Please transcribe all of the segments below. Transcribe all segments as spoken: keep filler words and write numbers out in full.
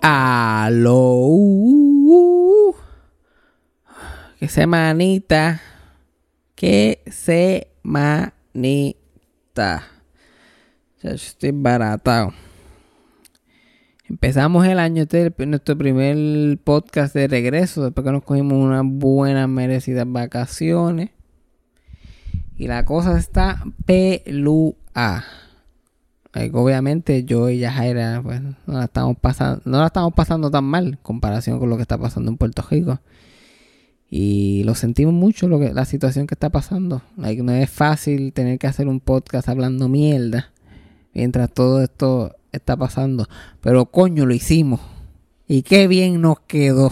Aló. Qué semanita. Qué semanita. Ya estoy baratado. Empezamos el año, este es nuestro primer podcast de regreso, después que nos cogimos unas buenas merecidas vacaciones. Y la cosa está pelúa. Obviamente yo y Yajaira pues, no la estamos pasando, no la estamos pasando tan mal en comparación con lo que está pasando en Puerto Rico. Y lo sentimos mucho lo que, la situación que está pasando. Like, no es fácil tener que hacer un podcast hablando mierda mientras todo esto está pasando. Pero coño, lo hicimos. Y qué bien nos quedó.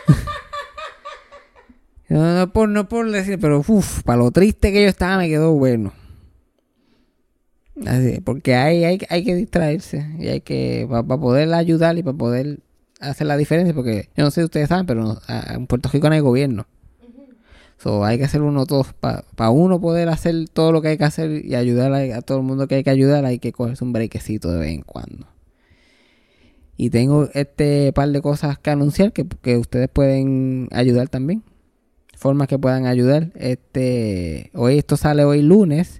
no, no, por, no por decir, pero uff, para lo triste que yo estaba me quedó bueno. Así, porque hay, hay, hay que distraerse y hay que para pa poder ayudar y para poder hacer la diferencia, porque yo no sé si ustedes saben, pero no, a, en Puerto Rico no hay gobierno. Uh-huh. So, hay que hacer uno todos para pa uno poder hacer todo lo que hay que hacer y ayudar a, a todo el mundo que hay que ayudar. Hay que cogerse un brequecito de vez en cuando. Y tengo este par de cosas que anunciar que, que ustedes pueden ayudar también, formas que puedan ayudar. Este hoy esto sale hoy lunes.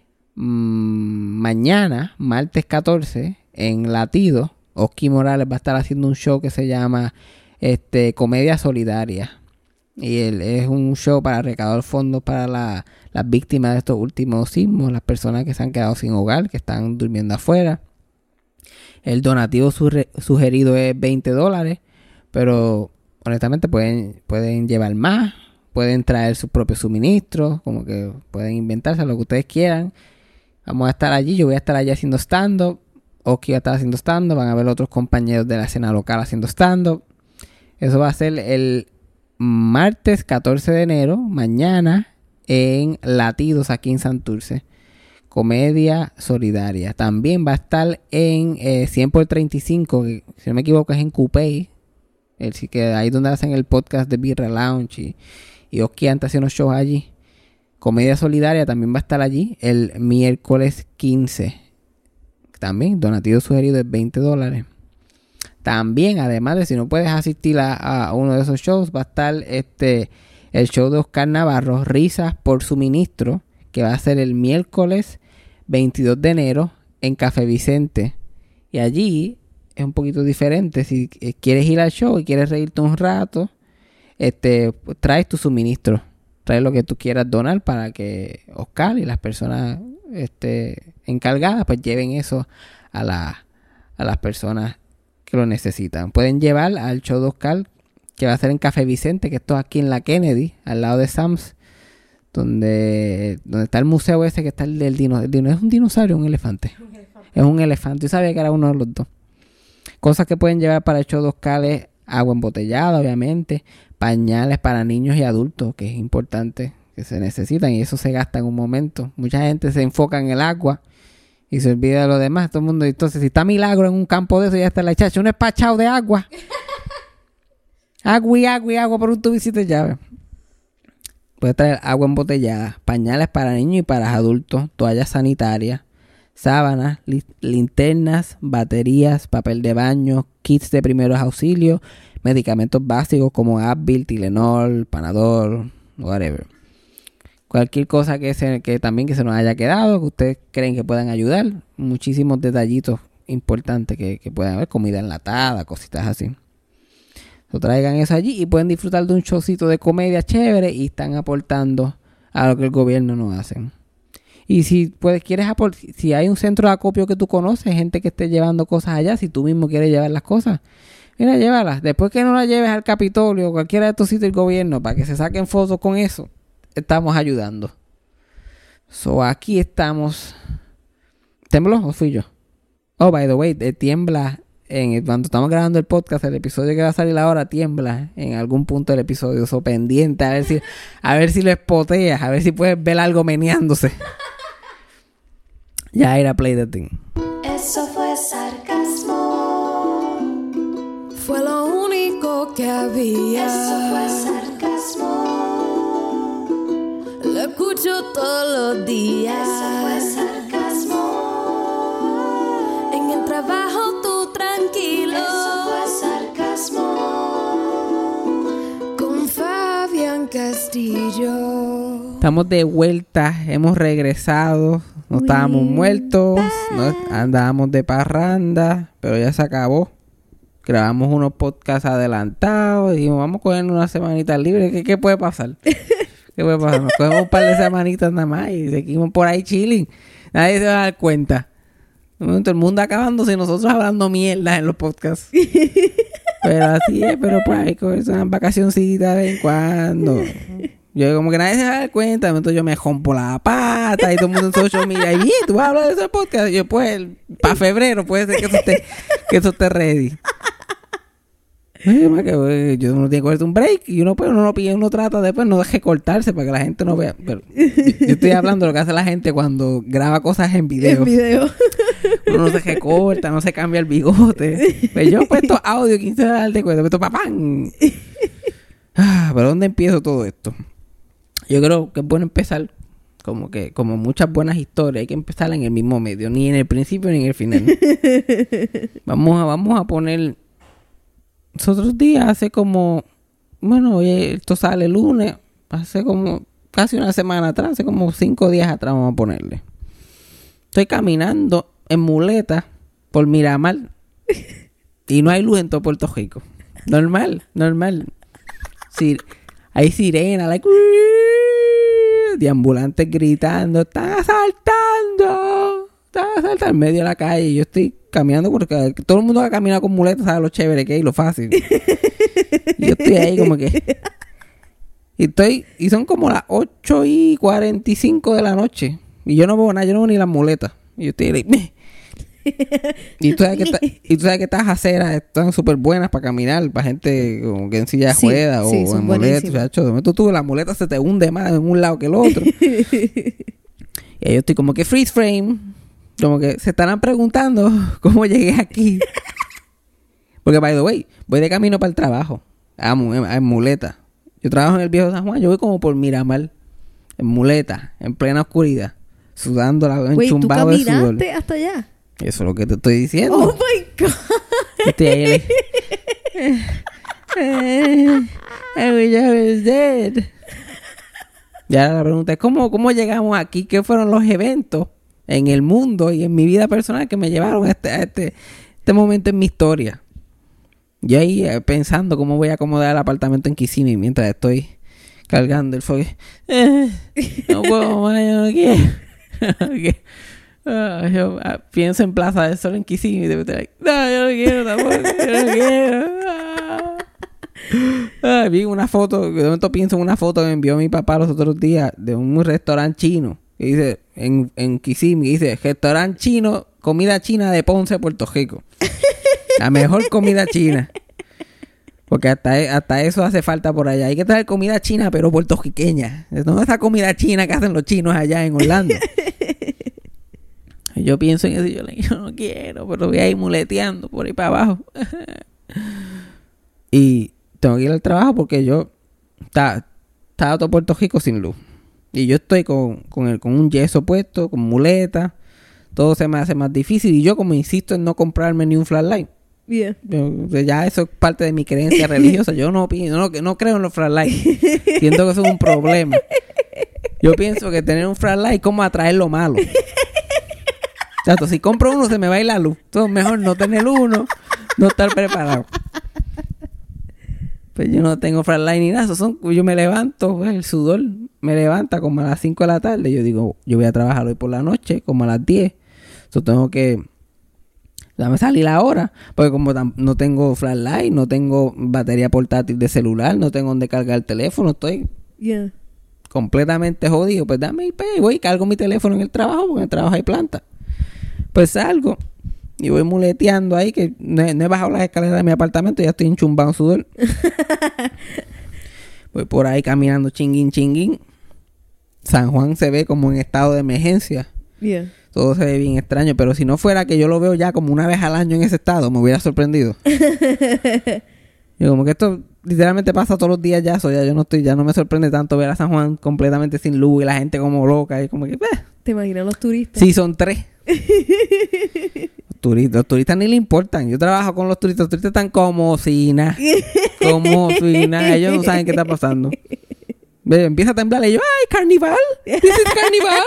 Mañana, martes catorce, en Latido, Oski Morales va a estar haciendo un show que se llama este, Comedia Solidaria. Y él es un show para recaudar fondos para la, las víctimas de estos últimos sismos, las personas que se han quedado sin hogar, que están durmiendo afuera. El donativo suge- sugerido es veinte dólares, pero honestamente pueden, pueden llevar más, pueden traer sus propios suministros, como que pueden inventarse lo que ustedes quieran. Vamos a estar allí, yo voy a estar allí haciendo stand-up, Oski va a estar haciendo stand-up, van a ver otros compañeros de la escena local haciendo stand-up. Eso va a ser el martes catorce de enero, mañana, en Latidos, aquí en Santurce. Comedia Solidaria. También va a estar en eh, cien por treinta y cinco, que, si no me equivoco es en Coupey, el, que ahí donde hacen el podcast de Birra Lounge, y, y Oski antes haciendo shows allí. Comedia Solidaria también va a estar allí el miércoles quince. También, donativo sugerido es veinte dólares. También, además de si no puedes asistir a, a uno de esos shows, va a estar este el show de Oscar Navarro, Risas por Suministro, que va a ser el miércoles veintidós de enero en Café Vicente. Y allí es un poquito diferente. Si quieres ir al show y quieres reírte un rato, este, pues, traes tu suministro. Trae lo que tú quieras donar para que Oscar y las personas este, encargadas pues lleven eso a, la, a las personas que lo necesitan. Pueden llevar al show de Oscar, que va a ser en Café Vicente, que esto es aquí en la Kennedy, al lado de Sam's, donde, donde está el museo ese que está el del dinosaurio. ¿Es un dinosaurio o un elefante? Un elefante. Es un elefante. Yo sabía que era uno de los dos. Cosas que pueden llevar para el show de Oscar es agua embotellada, obviamente, pañales para niños y adultos, que es importante, que se necesitan, y eso se gasta en un momento. Mucha gente se enfoca en el agua y se olvida de lo demás. Todo el mundo, entonces, si está Milagro en un campo de eso, ya está la chacha, un espachado de agua. Agua y agua y agua por un tubicito de llave. Puede traer agua embotellada, pañales para niños y para adultos, toallas sanitarias, sábanas, li- linternas, baterías, papel de baño, kits de primeros auxilios, medicamentos básicos como Advil, Tylenol, Panadol, whatever. Cualquier cosa que, se, que también que se nos haya quedado, que ustedes creen que puedan ayudar. Muchísimos detallitos importantes que, que puedan haber, comida enlatada, cositas así. So, traigan eso allí y pueden disfrutar de un showcito de comedia chévere y están aportando a lo que el gobierno nos hace. Y si puedes, quieres aport- si hay un centro de acopio que tú conoces, gente que esté llevando cosas allá, si tú mismo quieres llevar las cosas, mira, llévalas. Después que no las lleves al Capitolio o cualquiera de estos sitios del gobierno para que se saquen fotos con eso, estamos ayudando. So, aquí estamos. ¿Tembló o fui yo? Oh, by the way, eh, tiembla en, cuando estamos grabando el podcast, el episodio que va a salir ahora tiembla en algún punto del episodio. So, pendiente, a ver si, a ver si lo espoteas, a ver si puedes ver algo meneándose. Ya era play the thing. Eso fue sarcasmo. Fue lo único que había. Eso fue sarcasmo. Lo escucho todos los días. Eso fue sarcasmo. En el trabajo tú tranquilo. Eso fue sarcasmo. pasillo. Estamos de vuelta, hemos regresado, no estábamos muertos, no, andábamos de parranda, pero ya se acabó. Grabamos unos podcasts adelantados, dijimos, vamos a coger una semanita libre, ¿qué, qué puede pasar? ¿Qué puede pasar? Nos cogemos un par de semanitas nada más y seguimos por ahí chilling. Nadie se va a dar cuenta. De momento el mundo acabándose y nosotros hablando mierda en los podcasts. Pero así es, pero pues hay que cogerse unas vacacioncitas de vez en cuando. Yo como que nadie se va a dar cuenta, de momento yo me rompo la pata y todo el mundo en social media, y bien, tú vas a hablar de ese podcast. Y yo pues, para febrero puede ser que eso esté, que eso esté ready. Ay, que, yo no tiene que cogerse un break y uno pues uno lo pide, uno trata después no deje cortarse para que la gente no vea. Pero yo, yo estoy hablando de lo que hace la gente cuando graba cosas en video. En video. Uno no se recorta, no se cambia el bigote. Pues yo he puesto audio quince horas de cuenta, he puesto papán. Ah, ¿pero dónde empiezo todo esto? Yo creo que es bueno empezar como que, como muchas buenas historias, hay que empezar en el mismo medio, ni en el principio ni en el final. Vamos a, vamos a poner. Los otros días, hace como, bueno, oye, esto sale el lunes, hace como casi una semana atrás, hace como cinco días atrás vamos a ponerle. Estoy caminando en muleta por Miramar y no hay luz en todo Puerto Rico. Normal, normal. Sí, hay sirena, like, de ambulantes gritando, están asaltando, están asaltando en medio de la calle y yo estoy caminando porque todo el mundo que camina con muletas sabe lo chévere que es y lo fácil. Y yo estoy ahí como que... Y estoy... Y son como las ocho y cuarenta y cinco de la noche. Y yo no veo nada, yo no veo ni las muletas. Y yo estoy ahí... Y tú sabes que, ta, y tú sabes que estas aceras están súper buenas para caminar, para gente como que en silla de ruedas sí, o sí, en muletas. De momento tú la muleta se te hunde más en un lado que el otro. Y yo estoy como que freeze frame. Como que se estarán preguntando cómo llegué aquí. Porque, by the way, voy de camino para el trabajo. A, en muleta. Yo trabajo en el viejo San Juan. Yo voy como por Miramar. En muleta. En plena oscuridad. Sudando, la, enchumbado de sudor. ¿Tú caminaste hasta allá? Eso es lo que te estoy diciendo. ¡Oh, my God! Estoy ahí. I wish I was dead. Ya la pregunta es, ¿cómo, ¿cómo llegamos aquí? ¿Qué fueron los eventos en el mundo y en mi vida personal que me llevaron a este, a este, este momento en mi historia? Yo ahí eh, pensando cómo voy a acomodar el apartamento en Kissimmee mientras estoy cargando el fuego. Eh, no puedo más, yo no quiero. Okay. Uh, yo uh, pienso en Plaza del Sol en Kissimmee y debe estar like, no, yo no quiero tampoco, yo no quiero. Uh, vi una foto, de momento pienso en una foto que me envió mi papá los otros días de un restaurante chino que dice en, en Kissimmee, dice restaurante chino, comida china de Ponce, Puerto Rico. La mejor comida china. Porque hasta, hasta eso hace falta por allá. Hay que traer comida china, pero puertorriqueña. No esa comida china que hacen los chinos allá en Orlando. Y yo pienso en eso y yo, yo no quiero, pero voy a ir muleteando por ahí para abajo. Y tengo que ir al trabajo porque yo estaba está todo Puerto Rico sin luz. Y yo estoy con, con, el, con un yeso puesto, con muleta. Todo se me hace más difícil. Y yo como insisto en no comprarme ni un flashlight. Yeah. Ya eso es parte de mi creencia religiosa. Yo no, no, no creo en los flashlights. Siento que eso es un problema. Yo pienso que tener un flashlight es como atraer lo malo. Exacto, si compro uno se me va a ir la luz. Entonces mejor no tener uno, no estar preparado. Pues yo no tengo flashlight ni nada. Eso son, yo me levanto, pues, el sudor me levanta como a las cinco de la tarde. Yo digo, yo voy a trabajar hoy por la noche, como a las diez. Entonces tengo que... Dame salir ahora. Porque como tam- no tengo flashlight, no tengo batería portátil de celular, no tengo donde cargar el teléfono, estoy... Yeah. completamente jodido. Pues dame y pues, voy y cargo mi teléfono en el trabajo, porque en el trabajo hay planta. Pues salgo y voy muleteando ahí, que no he, no he bajado las escaleras de mi apartamento, ya estoy enchumbado en sudor. Voy por ahí caminando chinguín, chinguín. San Juan se ve como en estado de emergencia. Yeah. Todo se ve bien extraño, pero si no fuera que yo lo veo ya como una vez al año en ese estado, me hubiera sorprendido. Y como que esto literalmente pasa todos los días ya, so ya yo no estoy, ya no me sorprende tanto ver a San Juan completamente sin luz y la gente como loca y como que... Eh. ¿Te imaginas los turistas? Sí, son tres. Los turistas, los turistas ni le importan. Yo trabajo con los turistas. Los turistas están como si nada. Como si nada. Ellos no saben qué está pasando. Me empieza a temblar y yo, ¡ay, carnival! ¿This is carnival?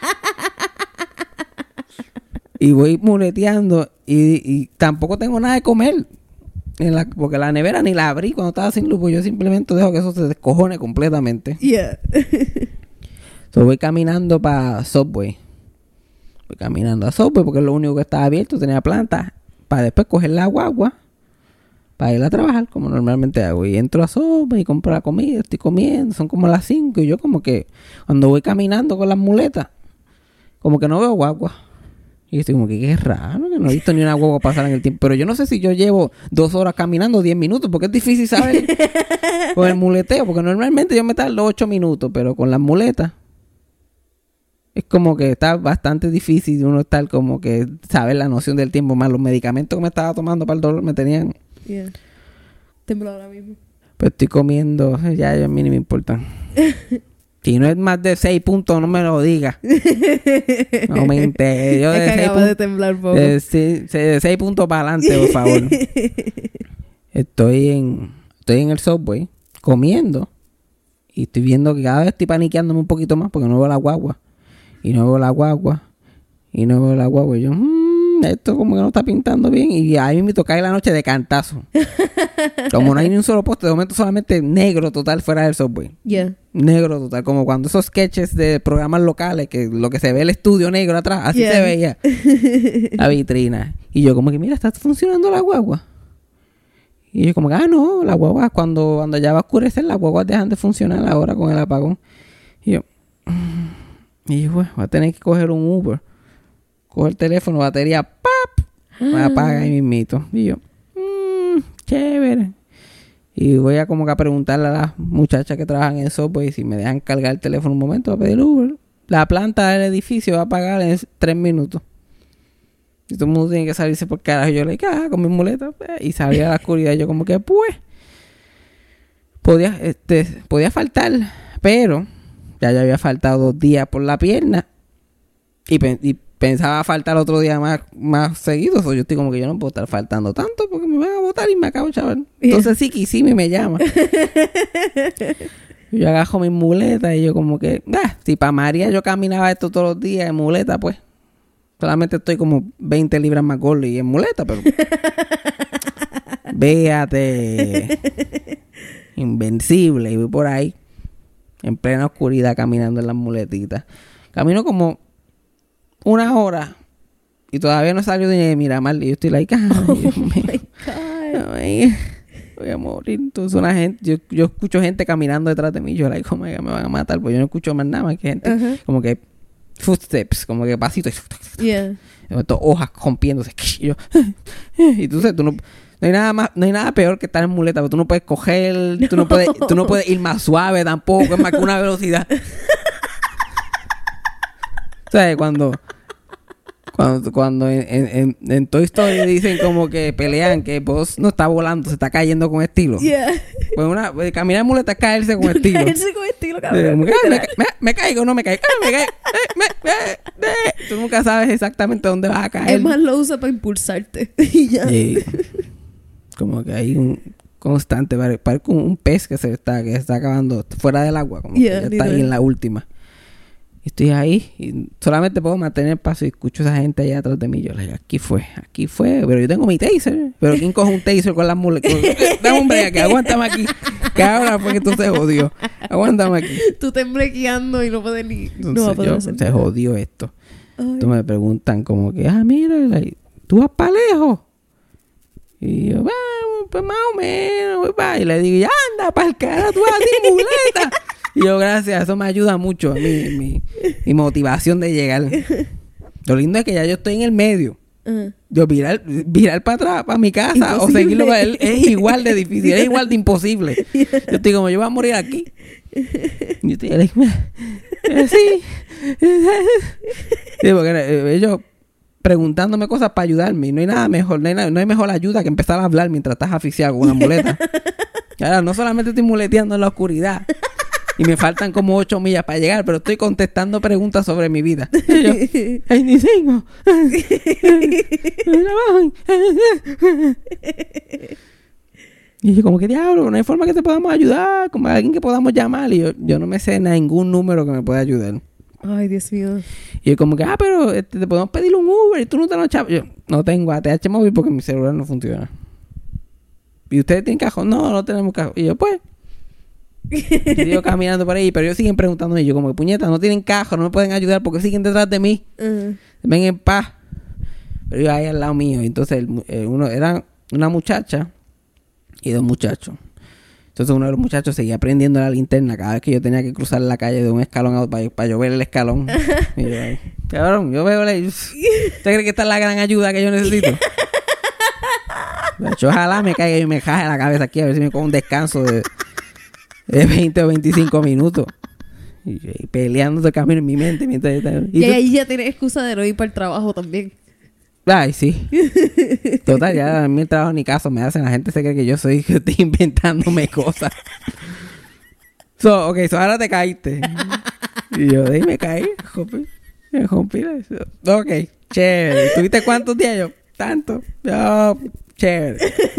Y voy muleteando y, y tampoco tengo nada de comer. En la, porque la nevera ni la abrí cuando estaba sin luz, pues yo simplemente dejo que eso se descojone completamente. Yeah. So, voy caminando para Subway. Voy caminando a Subway porque es lo único que estaba abierto, tenía planta, para después coger la guagua para ir a trabajar como normalmente hago. Y entro a Subway y compro la comida, estoy comiendo, son como las cinco y yo como que cuando voy caminando con las muletas, como que no veo guagua. Y estoy como que qué raro, que no he visto ni una guagua pasar en el tiempo. Pero yo no sé si yo llevo dos horas caminando, diez minutos, porque es difícil saber con el muleteo, porque normalmente yo me tardo ocho minutos, pero con las muletas es como que está bastante difícil uno estar como que saber la noción del tiempo, más los medicamentos que me estaba tomando para el dolor me tenían. Yeah. Tembló ahora mismo. Pues estoy comiendo, ya a mí ni me importa. Si no es más de seis puntos, no me lo digas. No me enteré. Yo es de que seis acabo pun- de temblar un poco. de sí, sí, de seis puntos para adelante, por favor. Estoy en, estoy en el Subway comiendo y estoy viendo que cada vez estoy paniqueándome un poquito más porque no veo la guagua. Y no veo la guagua. Y no veo la guagua. Y yo, mmm, esto como que no está pintando bien. Y ahí me toca la noche de cantazo. Como no hay ni un solo poste, de momento solamente negro total fuera del Subway. Yeah. Negro total, como cuando esos sketches de programas locales, que lo que se ve el estudio negro atrás, así Yeah. se veía la vitrina. Y yo como que, mira, está funcionando la guagua. Y yo como que, ah, no, la guagua, cuando, cuando ya va a oscurecer, las guaguas dejan de funcionar ahora con el apagón. Y yo, y yo, bueno, voy a tener que coger un Uber. Cojo el teléfono, batería, ¡pap! Me apaga ahí mismito. Y yo, mmm, chévere. Y voy a como que a preguntarle a las muchachas que trabajan en Subway si me dejan cargar el teléfono un momento para pedir Uber. La planta del edificio va a apagar en tres minutos. Y todo el mundo tiene que salirse por carajo. Y yo le dije, ah, con mis muletas. Pues, y salí a la oscuridad. Y yo como que, pues, podía, este, podía faltar. Pero ya ya había faltado dos días por la pierna. Y, pe- y pensaba faltar otro día más, más seguido. So, yo estoy como que yo no puedo estar faltando tanto porque me van a botar y me acabo, chaval. Entonces sí, Kisimi me llama. Yo agajo mis muletas y yo como que, ah, si para María yo caminaba esto todos los días en muleta, pues solamente estoy como veinte libras más gordo y en muleta, pero véate, invencible. Y voy por ahí en plena oscuridad caminando en las muletitas. Camino como una hora y todavía no salió de Miramar y yo estoy like, ay, Dios mío. Ay, voy a morir. Entonces una gente, yo, yo escucho gente caminando detrás de mí, yo like, oh my God, me van a matar, pues yo no escucho más nada más que gente, Uh-huh. como que footsteps, como que pasitos, Yeah. hojas rompiéndose, y yo, y tú sabes, tú no, no hay nada más, no hay nada peor que estar en muleta, porque tú no puedes coger, tú no puedes, tú no puedes ir más suave tampoco, es más que una velocidad. ¿Sabes? Cuando Cuando, cuando en, en, en Toy Story dicen como que pelean, que Buzz no está volando, se está cayendo con estilo. Yeah. Pues una, pues caminar en muleta es caerse con estilo. Caerse con estilo, Eh, cabrón. como que, ah, me, ca- me, me caigo, no me caigo. Ah, me caigo. Eh, me- eh, eh. Tú nunca sabes exactamente dónde vas a caer. Es más, lo usa para impulsarte. Y ya. Sí. Como que hay un constante, pare- parece un pez que se está, que se está acabando fuera del agua, como Yeah, que ya está ahí literal. en la última. Y estoy ahí y solamente puedo mantener paso y escucho a esa gente allá atrás de mí. Yo le digo, aquí fue, aquí fue. Pero yo tengo mi taser. Pero ¿quién coge un taser con las muletas? Dame un break, que aguántame aquí. Que ahora fue que tú se jodió. Aguántame aquí. Tú temblequeando y no puedes ni... no va a Entonces poder yo, hacer se nada. jodió esto. Ay. Entonces me preguntan como que, ah, mira, la- ¿tú vas para lejos? Y yo, vamos, pues más o menos, voy pa'". Y le digo, ya anda para el cara, tú vas sin muleta. Y yo, gracias, eso me ayuda mucho, mi, mi, mi motivación de llegar. Lo lindo es que ya yo estoy en el medio. Ajá. Yo virar, virar para atrás, para mi casa, o Imposible. seguirlo para él, es igual de difícil, es igual de imposible. Yo estoy como, yo voy a morir aquí. Y yo estoy like, eh, sí. Sí, porque eh, ellos preguntándome cosas para ayudarme. Y no hay nada mejor, no hay, nada- no hay mejor ayuda que empezar a hablar mientras estás asfixiado con una muleta. Y ahora no solamente estoy muleteando en la oscuridad y me faltan como ocho millas para llegar, pero estoy contestando preguntas sobre mi vida. Y yo, ay, ni tengo. Y yo como que, diablo, no hay forma que te podamos ayudar, como alguien que podamos llamar. Y yo, yo no me sé ningún número que me pueda ayudar. Ay, Dios mío. Y yo como que, ah, pero este, te podemos pedir un Uber y tú no te lo chavos. Yo no tengo A T H móvil porque mi celular no funciona. ¿Y ustedes tienen cajón? No, no tenemos cajón. Y yo, pues... Y yo caminando por ahí, pero ellos siguen preguntándome, yo como que puñeta, no tienen cajo, no me pueden ayudar porque siguen detrás de mí. Uh-huh. Ven en paz. Pero yo ahí al lado mío, y entonces el, el, uno era una muchacha y dos muchachos. Entonces uno de los muchachos seguía prendiendo la linterna cada vez que yo tenía que cruzar la calle de un escalón a otro para, para yo ver el escalón. Y yo, ay, cabrón, yo veo la... ¿Usted cree que esta es la gran ayuda que yo necesito? Yo ojalá me caiga y me caje la cabeza aquí a ver si me cojo un descanso de... de veinte o veinticinco minutos. Y, y peleando de camino en mi mente. Mientras yo estaba, Y, y tú- ahí ya tienes excusa de no ir para el trabajo también. Ay, sí. Total, ya a mí el trabajo ni caso me hacen. La gente se cree que yo soy que estoy inventándome cosas. So, ok, so ahora te caíste. Y yo, de ahí me caí. Jopi, me rompí la- Ok, chévere. ¿Tuviste cuántos días? Yo, tanto. Yo, chévere.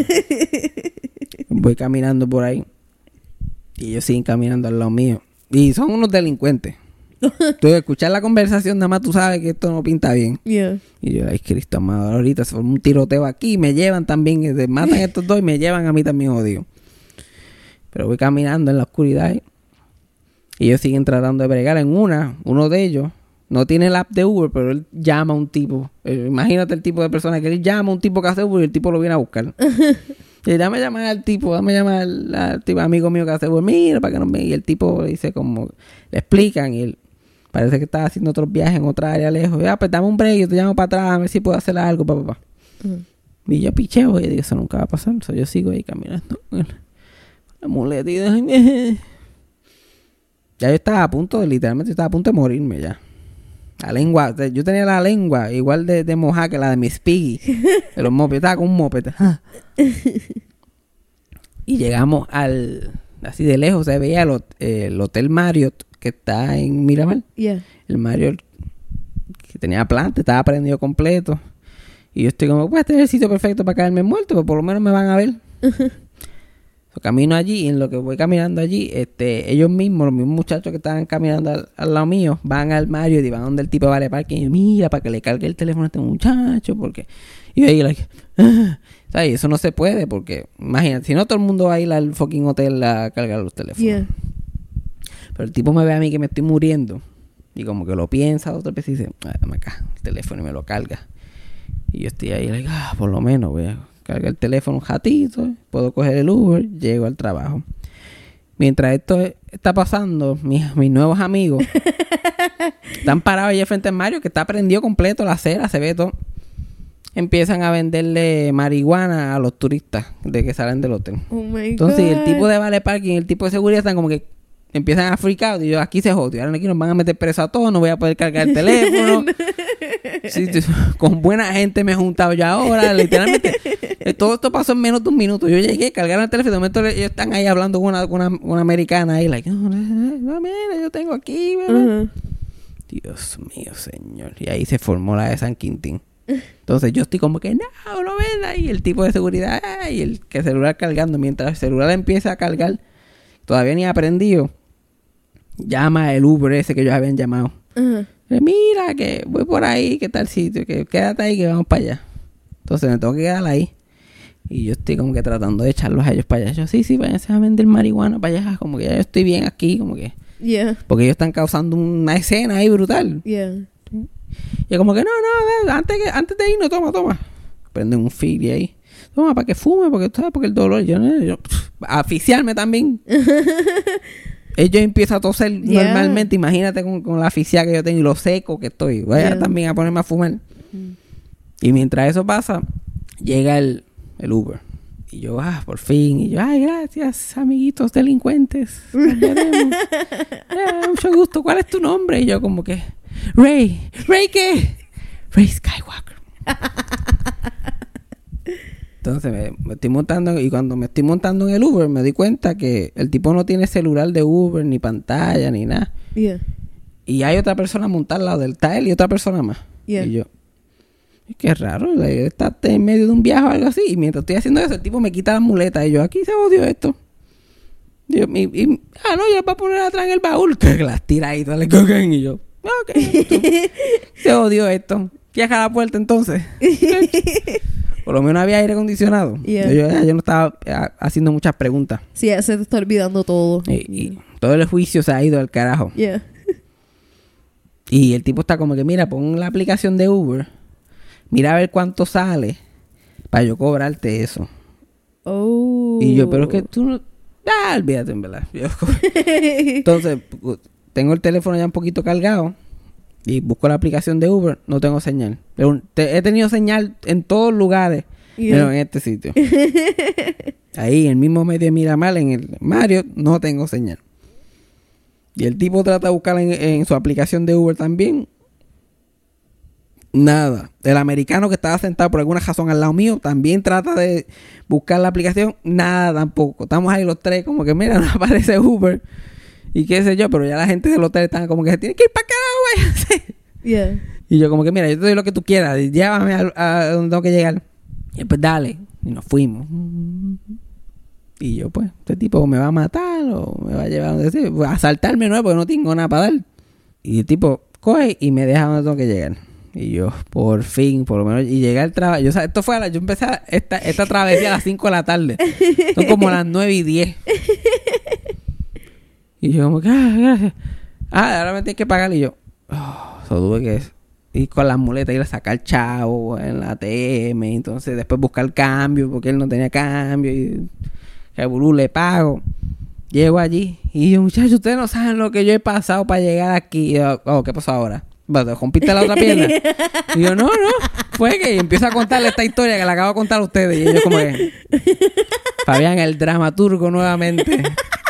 Voy caminando por ahí. Y ellos siguen caminando al lado mío. Y son unos delincuentes. Tú escuchar la conversación, nada más tú sabes que esto no pinta bien. Yeah. Y yo, ay, Cristo amado, ahorita se forma un tiroteo aquí. Me llevan también, eh, matan a estos dos y me llevan a mí también, odio. Pero voy caminando en la oscuridad. ¿eh? Y ellos siguen tratando de bregar. En una, uno de ellos no tiene el app de Uber, pero él llama a un tipo. Eh, imagínate el tipo de persona que él llama a un tipo que hace Uber y el tipo lo viene a buscar. Y dame llamar al tipo, dame llamar al, al tipo amigo mío que hace Uber, mira, para que no me... Y el tipo dice como... Le explican y él parece que estaba haciendo otros viajes en otra área lejos. Ya, pues dame un break, yo te llamo para atrás a ver si puedo hacer algo, papá. Pa, pa. Uh-huh. Y yo picheo y digo, eso nunca va a pasar. So, yo sigo ahí caminando. La muleta y de... Ya yo estaba a punto de, literalmente, yo estaba a punto de morirme ya. La lengua, yo tenía la lengua igual de, de mojada que la de Miss Piggy. De los mopeds, estaba con un moped. Y llegamos al, así de lejos, se veía el, hot- el Hotel Marriott que está en Miramar. Yeah. El Marriott que tenía planta, estaba prendido completo. Y yo estoy como, pues este es el sitio perfecto para caerme muerto, pero por lo menos me van a ver. So, camino allí y en lo que voy caminando allí, este, ellos mismos, los mismos muchachos que estaban caminando al, al lado mío, van al Mario y van donde el tipo de Vale Parking y yo, mira, para que le cargue el teléfono a este muchacho, porque... Y yo ahí, like, ah, ¿sabes? Eso no se puede porque, imagínate, si no todo el mundo va a ir al fucking hotel a cargar los teléfonos. Yeah. Pero el tipo me ve a mí que me estoy muriendo y como que lo piensa otra vez y dice, ah, dame acá el teléfono y me lo carga. Y yo estoy ahí, like, ah, por lo menos voy a cargar el teléfono un ratito, puedo coger el Uber, llego al trabajo. Mientras esto está pasando, mis, mis nuevos amigos están parados allí frente al Mario, que está prendido completo la acera, se ve todo. Empiezan a venderle marihuana a los turistas de que salen del hotel. Oh my Entonces, God. el tipo de Vale Parking y el tipo de seguridad están como que empiezan a freak out. Y yo, aquí se jodió. Ahora aquí nos van a meter preso a todos. No voy a poder cargar el teléfono. Sí, sí, con buena gente me he juntado yo ahora. Literalmente, eh, todo esto pasó en menos de un minuto. Yo llegué, cargaron el teléfono. De momento ellos están ahí hablando con una, con una, una americana ahí. Like, no, no, mira, yo tengo aquí. Uh-huh. Dios mío, señor. Y ahí se formó la de San Quintín. Entonces yo estoy como que, no, no ven. Y el tipo de seguridad, y el que el celular cargando. Mientras el celular empieza a cargar, todavía ni ha aprendido. Llama el Uber ese que ellos habían llamado. Uh-huh. Mira, que voy por ahí, que tal sitio, que quédate ahí, que vamos para allá. Entonces me tengo que quedar ahí. Y yo estoy como que tratando de echarlos a ellos para allá. Yo, sí, sí, váyanse a vender marihuana para allá. Como que ya yo estoy bien aquí, como que... Yeah. Porque ellos están causando una escena ahí brutal. Yeah. Y yo como que, no, no, antes, que, antes de irnos, toma, toma. Prenden un fili ahí. Toma, para que fume, porque tú sabes, porque el dolor. Yo, no, yo pff, asfixiarme también. Ellos empiezan a toser Yeah. normalmente. Imagínate con, con la asfixia que yo tengo y lo seco que estoy. Voy a Yeah. también a ponerme a fumar. Y mientras eso pasa, llega el, el Uber. Y yo, ah, por fin. Y yo, ay, gracias, amiguitos delincuentes. Nos veremos. Eh, mucho gusto. ¿Cuál es tu nombre? Y yo como que, Ray. ¿Ray qué? Ray Skywalker. Entonces me, me estoy montando y cuando me estoy montando en el Uber me di cuenta que el tipo no tiene celular de Uber, ni pantalla, ni nada. Yeah. Y hay otra persona montada al lado del. Está él y otra persona más. Yeah. Y yo, Qué raro, está en medio de un viaje o algo así. Y mientras estoy haciendo eso, el tipo me quita las muletas. Y yo, aquí se odió esto. Y, yo, y, y ah, no, ya va a poner atrás en el baúl. Que las tira ahí, le cogen. Y yo, ok, se odió esto. Cierra la puerta entonces. Por lo menos había aire acondicionado. Yeah. Yo, yo no estaba haciendo muchas preguntas. Sí, ya se te está olvidando todo. Y, y todo el juicio se ha ido al carajo. Yeah. Y el tipo está como que, mira, pon la aplicación de Uber. Mira a ver cuánto sale para yo cobrarte eso. Oh. Y yo, pero es que tú no... Ah, olvídate, en verdad. Yo, entonces, tengo el teléfono ya un poquito cargado y busco la aplicación de Uber. No tengo señal. Pero te, he tenido señal en todos lugares, yeah, pero en este sitio. Ahí, en el mismo medio de Miramar, en el Mario, no tengo señal. Y el tipo trata de buscar en, en su aplicación de Uber también. Nada. El americano que estaba sentado por alguna razón al lado mío también trata de buscar la aplicación. Nada tampoco. Estamos ahí los tres como que mira, no aparece Uber. Y qué sé yo, pero ya la gente del hotel están como que se tiene que ir para acá, váyanse. Yeah. Y yo como que mira, yo te doy lo que tú quieras. Llévame a, a donde tengo que llegar. Y pues dale. Y nos fuimos. Y yo pues, este tipo me va a matar o me va a llevar a donde sea. Pues, a asaltarme no es porque no tengo nada para dar. Y el tipo coge y me deja donde tengo que llegar. Y yo, por fin, por lo menos, y llegué al trabajo. Yo, esto fue a la, yo empecé a, esta, esta travesía a las cinco de la tarde. Son como las nueve y diez. Y yo, como que, ah, gracias. Ah, ahora me tienes que pagar. Y yo, oh, eso tuve que ir con las muletas, ir a sacar chavo en la A T M. Entonces, después buscar cambio, porque él no tenía cambio. Y que burú le pago. Llego allí. Y yo, muchachos, ustedes no saben lo que yo he pasado para llegar aquí. Y yo, oh, ¿qué pasó ahora? ¿Te rompiste la otra pierna? Y yo, no, no. Fue que empiezo a contarle esta historia que la acabo de contar a ustedes. Y ellos como que... Fabián, el dramaturgo nuevamente.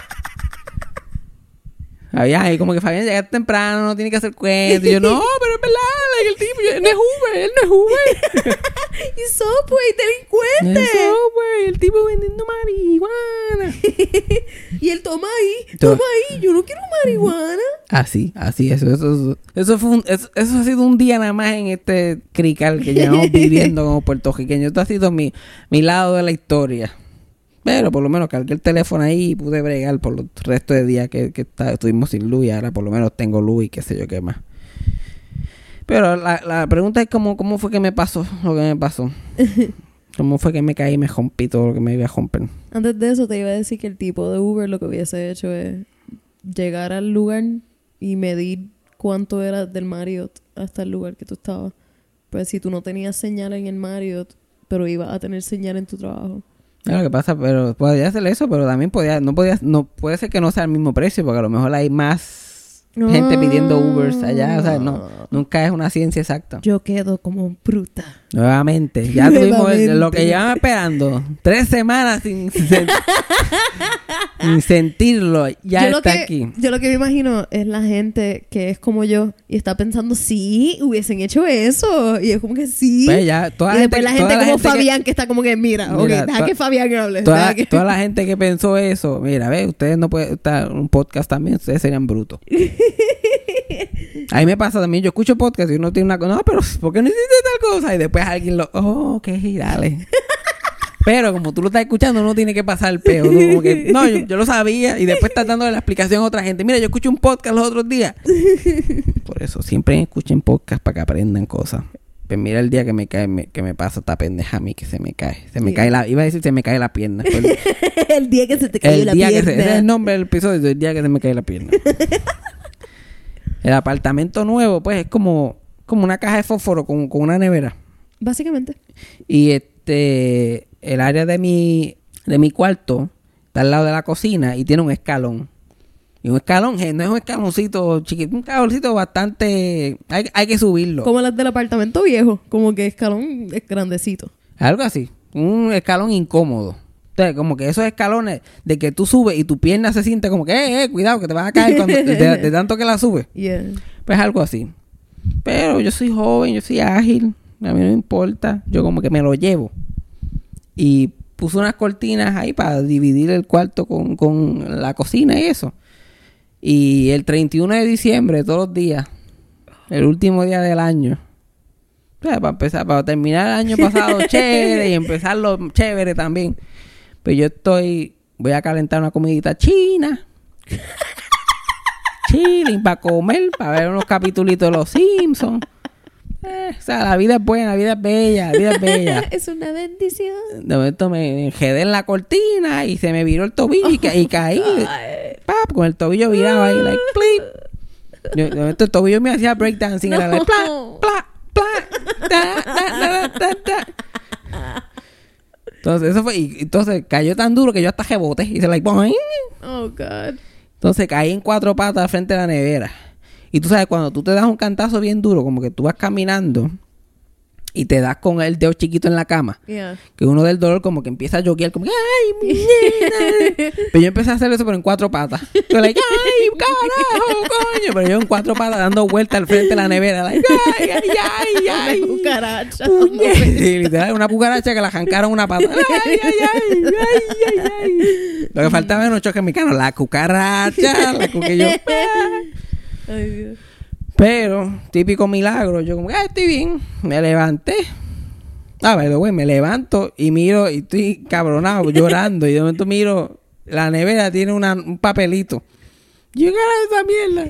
Fabián, y como que Fabián llega temprano, no tiene que hacer cuentos. Y yo, no, pero es verdad, el tipo, yo, él no es Uber, él no es Uber. Y Subway, delincuente. El Subway, el tipo vendiendo marihuana. Y él toma ahí, toma ahí, yo no quiero marihuana. Así, así, eso, eso, eso, eso fue un, eso, eso ha sido un día nada más en este crical que llevamos viviendo como puertorriqueños. Esto ha sido mi, mi lado de la historia. Pero por lo menos cargué el teléfono ahí y pude bregar por los restos de días que, que está, estuvimos sin luz y ahora por lo menos tengo luz y qué sé yo qué más. Pero la, la pregunta es cómo, cómo fue que me pasó lo que me pasó. ¿Cómo fue que me caí y me rompí todo lo que me iba a romper? Antes de eso te iba a decir que el tipo de Uber lo que hubiese hecho es llegar al lugar y medir cuánto era del Marriott hasta el lugar que tú estabas. Pues si tú no tenías señal en el Marriott, pero ibas a tener señal en tu trabajo. Es lo que pasa, pero podía hacer eso, pero también podía, no podía, no puede ser que no sea el mismo precio, porque a lo mejor hay más gente pidiendo Ubers allá, o sea, no, nunca es una ciencia exacta. Yo quedo como bruta. Nuevamente, ya tuvimos el, lo que llevamos esperando, tres semanas sin, sin, sin sentirlo, ya yo está que, aquí. Yo lo que me imagino es la gente que es como yo y está pensando, sí, hubiesen hecho eso, y es como que sí. Pues ya, toda y la después gente, la gente toda como la gente Fabián que, que está como que, mira, mira ok, deja toda, que Fabián hable. Toda, que... toda la gente que pensó eso, mira, ve, ustedes no pueden estar en un podcast también, ustedes serían brutos. A mí me pasa también, yo escucho podcast y uno tiene una cosa, no, pero ¿por qué no hiciste tal cosa? Y después alguien lo, oh, ok, dale. Pero como tú lo estás escuchando, uno tiene que pasar el peo. ¿No? Como que, no, yo, yo lo sabía y después estás dándole la explicación a otra gente. Mira, yo escuché un podcast los otros días. Por eso, siempre escuchen podcast para que aprendan cosas. Pues mira el día que me cae, me, que me pasa esta pendeja a mí, que se me cae. Se me sí. cae la, iba a decir se me cae la pierna. El, el día que se te cae la día pierna. Que se, ese es el nombre del episodio, el día que se me cae la pierna. El apartamento nuevo, pues, es como, como una caja de fósforo con, con una nevera. Básicamente. Y este, el área de mi, de mi cuarto está al lado de la cocina y tiene un escalón. Y un escalón, no es un escaloncito chiquito, un escaloncito bastante, hay, hay que subirlo. Como las del apartamento viejo, como que escalón es grandecito. Algo así, un escalón incómodo. Entonces, como que esos escalones de que tú subes y tu pierna se siente como que, eh, eh, cuidado, que te vas a caer cuando, de, de, de tanto que la subes. Yeah. Pues algo así. Pero yo soy joven, yo soy ágil, a mí no me importa. Yo como que me lo llevo. Y puse unas cortinas ahí para dividir el cuarto con, con la cocina y eso. Y el treinta y uno de diciembre, todos los días, el último día del año, O sea, para empezar, para terminar el año pasado chévere y empezarlo chévere también. Pues yo estoy... Voy a calentar una comidita china. Chilling para comer, para ver unos capitulitos de Los Simpsons. Eh, o sea, la vida es buena, la vida es bella, la vida es bella. Es una bendición. De momento me enjedé en la cortina y se me viró el tobillo y, ca- y caí. Pap, con el tobillo virado ahí, like, plip. Yo- De momento el tobillo me hacía breakdancing. Era like, pla, pla, pla, ta, ta, ta, ta, ta. Entonces, eso fue. Y entonces cayó tan duro que yo hasta reboté. Y se like, boing. Oh, God. Entonces caí en cuatro patas frente a la nevera. Y tú sabes, cuando tú te das un cantazo bien duro, como que tú vas caminando y te das con el dedo chiquito en la cama, Yeah. que uno del dolor como que empieza a joguear, como que, ¡ay, muñeca! Pero yo empecé a hacer eso, pero en cuatro patas. Yo, like, ¡ay, carajo, coño! Pero yo en cuatro patas dando vueltas al frente de la nevera, like, ¡ay, ay, ay, ay! Una cucaracha. Puñe- Sí, literal, una cucaracha que la jancaron una pata. ¡Ay, ay, ay! ¡Ay, ay, ay! Lo que faltaba en los choques mexicanos, la cucaracha, la cuquillo. Ay, Dios. Pero, típico milagro, yo como, ah, estoy bien. Me levanté. Ah, by the way, me levanto y miro y estoy cabronado, llorando. Y de momento miro, la nevera tiene una, un papelito. Llega esa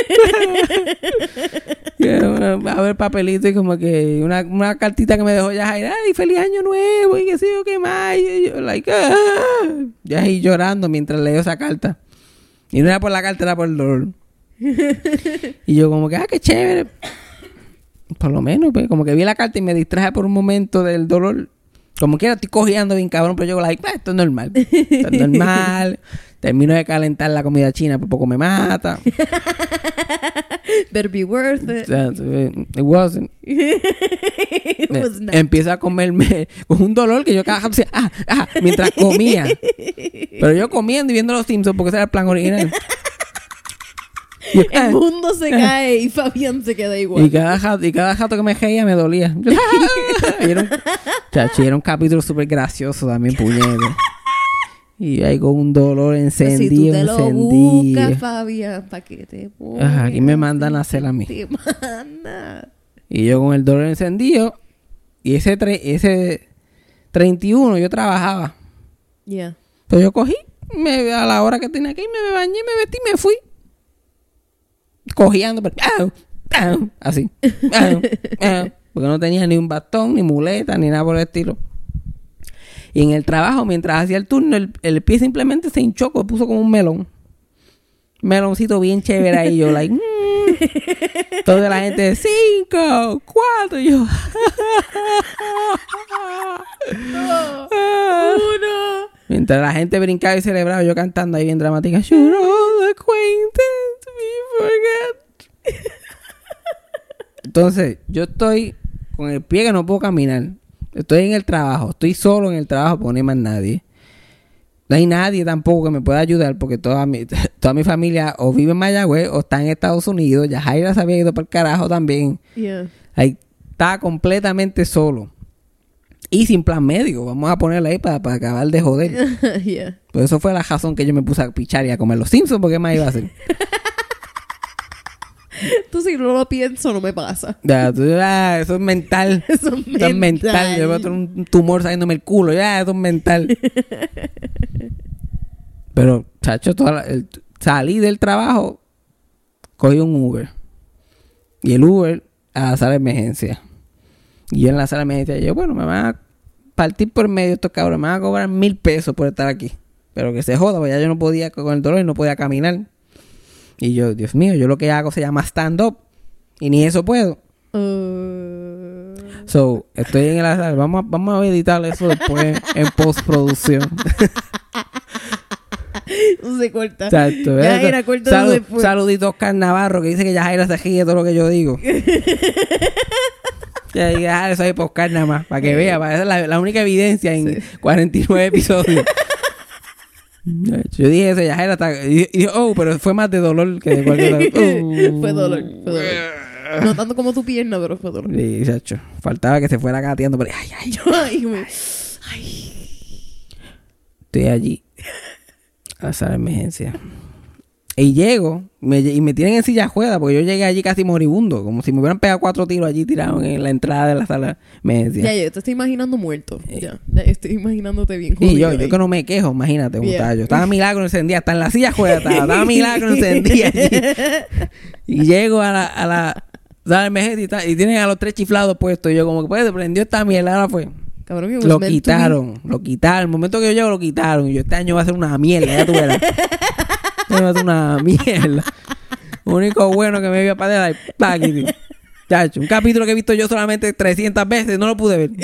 mierda. A ver, papelito y como que una, una cartita que me dejó Yajaira. Ay, feliz año nuevo y qué sé yo qué más. Y yo, like, ah. Ya ahí llorando mientras leo esa carta. Y no era por la carta, era por el dolor. Y yo como que, ah, qué chévere. Por lo menos, pues, como que vi la carta y me distraje por un momento del dolor. Como quiera estoy cojeando bien cabrón, pero yo like, ah, esto es normal. Esto es normal. Termino de calentar la comida china, por poco me mata. Better be worth O it. sea, it wasn't. It Me- was not. Empiezo a comerme con un dolor que yo cada rato decía, ah, ah, mientras comía. Pero yo comiendo y viendo Los Simpsons porque ese era el plan original. Y, ah, El mundo se cae y Fabián se queda igual. Y cada jato, y cada jato que me reía me dolía. Y era un, chachi, era un capítulo súper gracioso también, puñete. Y ahí con un dolor Pues si tú encendido, te lo encendido. buscas, Fabián, ¿para qué te pones? Ajá, aquí me mandan a hacer a mí. Te manda. Y yo con el dolor encendido. Y ese, tre- ese treinta y uno yo trabajaba. Yeah. Entonces yo cogí, me, a la hora que tenía que ir, me bañé, me vestí y me fui. Cojeando, pero ¡au! ¡au! Así. ¡au! ¡au! Porque no tenía ni un bastón, ni muleta, ni nada por el estilo. Y en el trabajo, mientras hacía el turno, el, el pie simplemente se hinchó, se puso como un melón. Meloncito bien chévere ahí. Yo, like, mm. Toda la gente, cinco, cuatro. Y yo, Uno. mientras la gente brincaba y celebraba, yo cantando ahí bien dramática. Should all acquaintance be forget? Entonces, yo estoy con el pie que no puedo caminar. Estoy en el trabajo. Estoy solo en el trabajo porque no hay más nadie. No hay nadie tampoco que me pueda ayudar porque toda mi, toda mi familia o vive en Mayagüez o está en Estados Unidos. Ya Jaira se había ido para el carajo también. Yeah. Ahí está completamente solo. Y sin plan médico. Vamos a ponerla ahí para, para acabar de joder. Yeah. Pues eso fue la razón que yo me puse a pichar y a comer Los Simpsons, porque ¿qué más iba a hacer? Tú si no lo pienso no me pasa. Ya, tú, ah, eso es mental. Eso es Eso es mental. mental. Yo voy a tener un tumor saliéndome el culo. Ya, eso es mental. Pero, chacho, toda la- el- salí del trabajo, cogí un Uber. Y el Uber a la sala de emergencia. Y yo en la sala de emergencia, yo, bueno, me van a partir por medio estos cabrones. Me van a cobrar mil pesos por estar aquí. Pero que se joda, porque ya yo no podía con el dolor y no podía caminar. Y yo, Dios mío, yo lo que hago se llama stand-up. Y ni eso puedo. Uh, So, estoy en la sala. Vamos a, vamos a editar eso después en postproducción. no se corta. Exacto. Ya ¿eh? era corta Salud- después. Saludito a Oscar Navarro, que dice que Yajaira se ríe de todo lo que yo digo. Ya dije, ah, eso es por Oscar nada más, para que vea, para esa es la, la única evidencia en cuarenta y nueve episodios. Yo dije eso, Yajaira está... Y, y, oh, pero fue más de dolor que de cualquier otra cosa. Oh. Fue dolor, fue dolor. No tanto como tu pierna, pero fue dolor. Sí, chacho. Faltaba que se fuera gateando, pero ay, ay, Ay, me- estoy allí a la sala de emergencia. Y llego me, y me tienen en silla de ruedas porque yo llegué allí casi moribundo, como si me hubieran pegado cuatro tiros allí tirados en la entrada de la sala. Me decía. Ya, yo te estoy imaginando muerto. Ya, ya estoy imaginándote bien jodido. Y yo, ahí. yo que no me quejo, imagínate, Yeah. yeah. Yo estaba milagro encendida, hasta en la silla de ruedas estaba, estaba milagro encendida allí. Y llego a la, a la sala de emergencia y, y tienen a los tres chiflados puestos. Y yo como que pues se prendió esta mierda, ahora fue. Cabrón, it was Lo meant to quitaron, lo quitaron. El momento que yo llego lo quitaron. Y yo, este año va a ser una mierda, ya tú verás. Este año va a ser una mierda. Lo único bueno que me vio para allá, tío. Chacho, un capítulo que he visto yo solamente trescientas veces, no lo pude ver.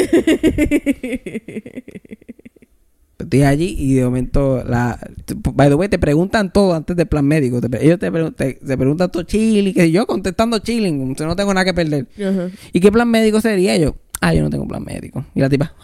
Estoy allí y de momento, la, by the way, te preguntan todo antes del plan médico. Te, ellos te, pregun- te, te preguntan todo chilling, que yo contestando chilling, no tengo nada que perder. Ajá. ¿Y qué plan médico sería? Yo, ah, yo no tengo plan médico. Y la tipa,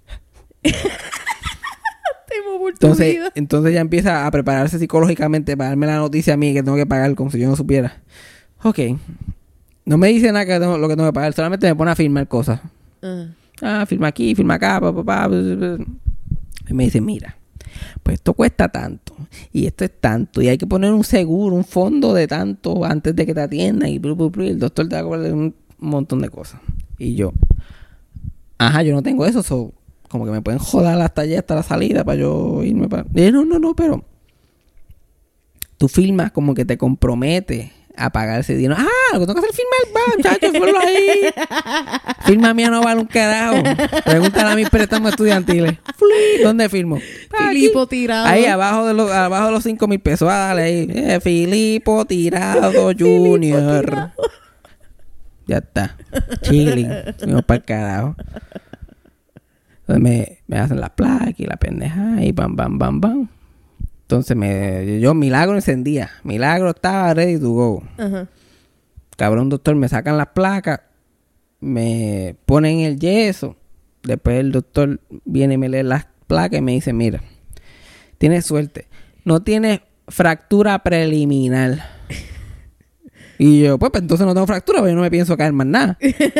Temo por tu entonces, vida. entonces ya empieza a prepararse psicológicamente para darme la noticia a mí que tengo que pagar como si yo no supiera. Ok. No me dice nada que tengo, lo que tengo que pagar, solamente me pone a firmar cosas. Ajá. Ah, firma aquí, firma acá, pa, pa, pa, pa, pa. Y me dice, mira, pues esto cuesta tanto y esto es tanto y hay que poner un seguro, un fondo de tanto antes de que te atiendan y, blu, blu, blu, y el doctor te va a cobrar un montón de cosas. Y yo, ajá, yo no tengo eso, so, como que me pueden joder hasta allá, hasta la salida para yo irme para... Y yo, no, no, no, pero tú firmas como que te comprometes a pagar ese dinero. Ah, lo que tengo que hacer es firmar, va, muchachos, ponlo ahí. Firma mía no vale un carajo. Pregúntale a mis préstamos estudiantiles. Fli, ¿dónde firmo? Ah, aquí. Filipo tirado. Ahí abajo de los, abajo de los cinco mil pesos. Ah, dale ahí. Eh, Filipo Tirado Junior. Tirado. Ya está. Chilling. Fuimos para el carajo. Entonces me, me hacen las placas y la pendeja y bam, bam, bam, bam. Entonces me, yo milagro encendía. Milagro estaba ready to go. Ajá. Cabrón doctor, me sacan las placas, me ponen el yeso. Después el doctor viene y me lee las placas y me dice, mira, tienes suerte. No tienes fractura preliminar. Y yo, pues, pues entonces no tengo fractura, porque yo no me pienso caer más nada.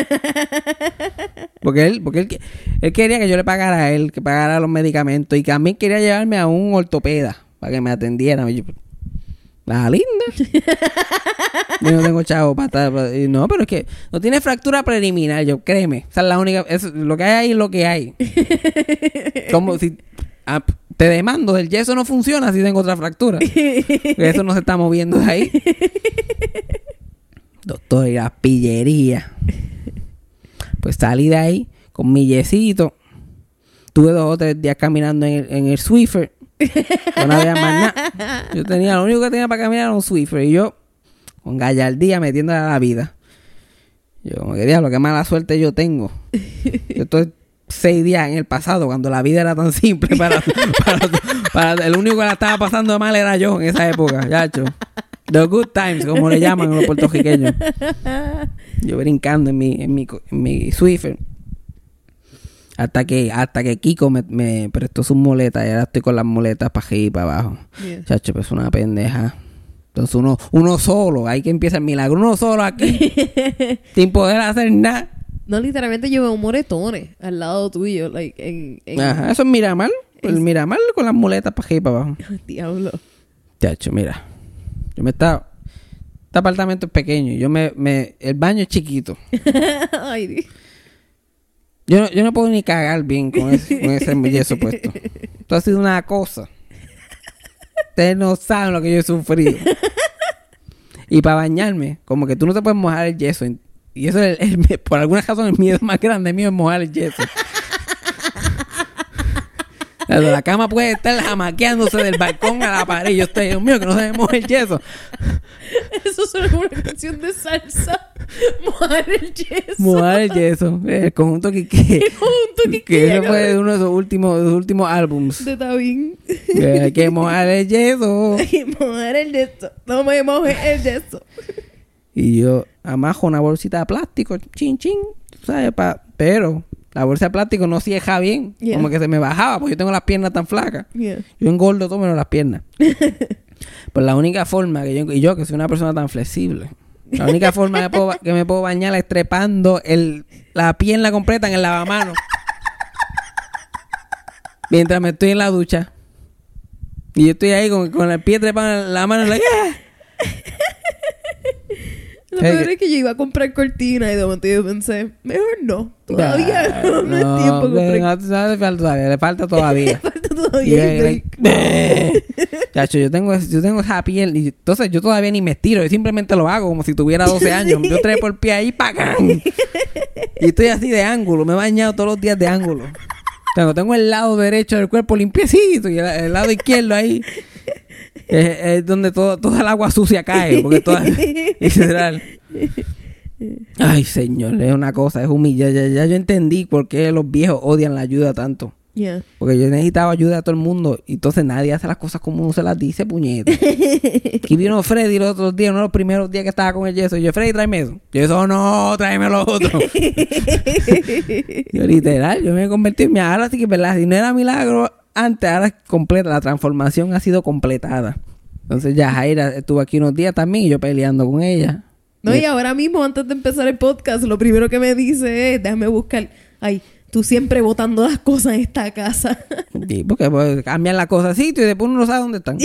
Porque él, porque él, él quería que yo le pagara a él, que pagara los medicamentos y que también quería llevarme a un ortopeda para que me atendiera. Y yo, la linda. Yo no tengo chavo para estar. para- y no, pero es que no tiene fractura preliminar, yo, créeme. Esa es la única. Es, lo que hay ahí es lo que hay. Como si ah, te demando, el yeso no funciona si tengo otra fractura. Porque eso no se está moviendo de ahí. Doctor, y la pillería. Pues salí de ahí con mi yesito. Tuve dos o tres días caminando en el, en el Swiffer. Yo no había más nada. Yo tenía, lo único que tenía para caminar era un Swiffer. Y yo, con gallardía, metiéndole a la vida. Yo, como que diablo, qué mala suerte yo tengo. Yo estoy seis días en el pasado, cuando la vida era tan simple para, para, para el único que la estaba pasando mal era yo en esa época, yacho. The good times, como le llaman a los puertorriqueños. Yo brincando en mi, en mi, en mi Swiffer. Hasta que, hasta que Kiko me, me prestó sus muletas y ahora estoy con las muletas para arriba y para abajo. Yeah. Chacho, pues una pendeja. Entonces uno, uno solo, ahí que empieza el milagro, uno solo aquí, sin poder hacer nada. No, literalmente yo veo moretones al lado tuyo, like, en... en... Ajá, eso es Miramar. El Es- Miramar con las muletas para arriba y para abajo. Diablo. Chacho, mira. Yo me estaba... Este apartamento es pequeño. Yo me... me el baño es chiquito. Ay, Dios. Yo no, yo no puedo ni cagar bien con ese, con ese yeso puesto. Esto ha sido una cosa. Ustedes no saben lo que yo he sufrido. Y para bañarme, como que tú no te puedes mojar el yeso. Y eso es, el- el- por alguna razón, el miedo más grande mío es mojar el yeso. La, la cama puede estar jamaqueándose del balcón a la pared. Y yo estoy, Dios mío, que no se me moje el yeso. Eso suena como una canción de salsa. Mojar el yeso. Mojar el yeso. El conjunto que... que Junto que que ese queda, fue de cabrón. uno de sus últimos, de sus últimos álbums. De Tabín. Que hay que mojar el yeso. Mojar el yeso. No me mojes el yeso. Y yo amajo una bolsita de plástico, chin, chin, ¿sabes? Pa- pero la bolsa de plástico no cieja bien. Yeah. Como que se me bajaba, porque yo tengo las piernas tan flacas. Yeah. Yo engordo todo menos las piernas. Pues la única forma que yo... Y yo, que soy una persona tan flexible... La única forma que, puedo, que me puedo bañar es trepando el, la pierna completa en el lavamanos. Mientras me estoy en la ducha. Y yo estoy ahí con, con el pie trepado en la mano en la... Lo peor es que yo iba a comprar cortina y de momento yo pensé, mejor no. Todavía no, no, no es tiempo de comprar. No, no hace falta todavía, le falta todavía. Le falta todavía. Y, chacho, yo tengo, yo tengo esa piel y entonces yo todavía ni me estiro, yo simplemente lo hago como si tuviera doce años. Yo trepo el pie ahí, ¡pacán! Y estoy así de ángulo, me he bañado todos los días de ángulo. Tengo, tengo el lado derecho del cuerpo limpiecito y el, el lado izquierdo ahí es, es donde todo, toda el agua sucia cae, porque toda literal. Ay, señor, es una cosa, es humillante. Ya, ya, ya yo entendí por qué los viejos odian la ayuda tanto. Yeah. Porque yo necesitaba ayuda a todo el mundo y entonces nadie hace las cosas como uno se las dice, puñeta. Aquí vino Freddy los otros días, uno de los primeros días que estaba con el yeso. Y yo, Freddy, tráeme eso. Yo, eso no, tráeme lo otro. Yo, literal, yo me convertí en mi... Ahora sí que, ¿verdad? Si no era milagro antes, ahora es completa. La transformación ha sido completada. Entonces ya Jaira estuvo aquí unos días también y yo peleando con ella. No, y ahora mismo, antes de empezar el podcast, lo primero que me dice es, déjame buscar... Ay, tú siempre botando las cosas en esta casa. Sí, porque pues, cambian las cosas de sitio y después uno no sabe dónde están.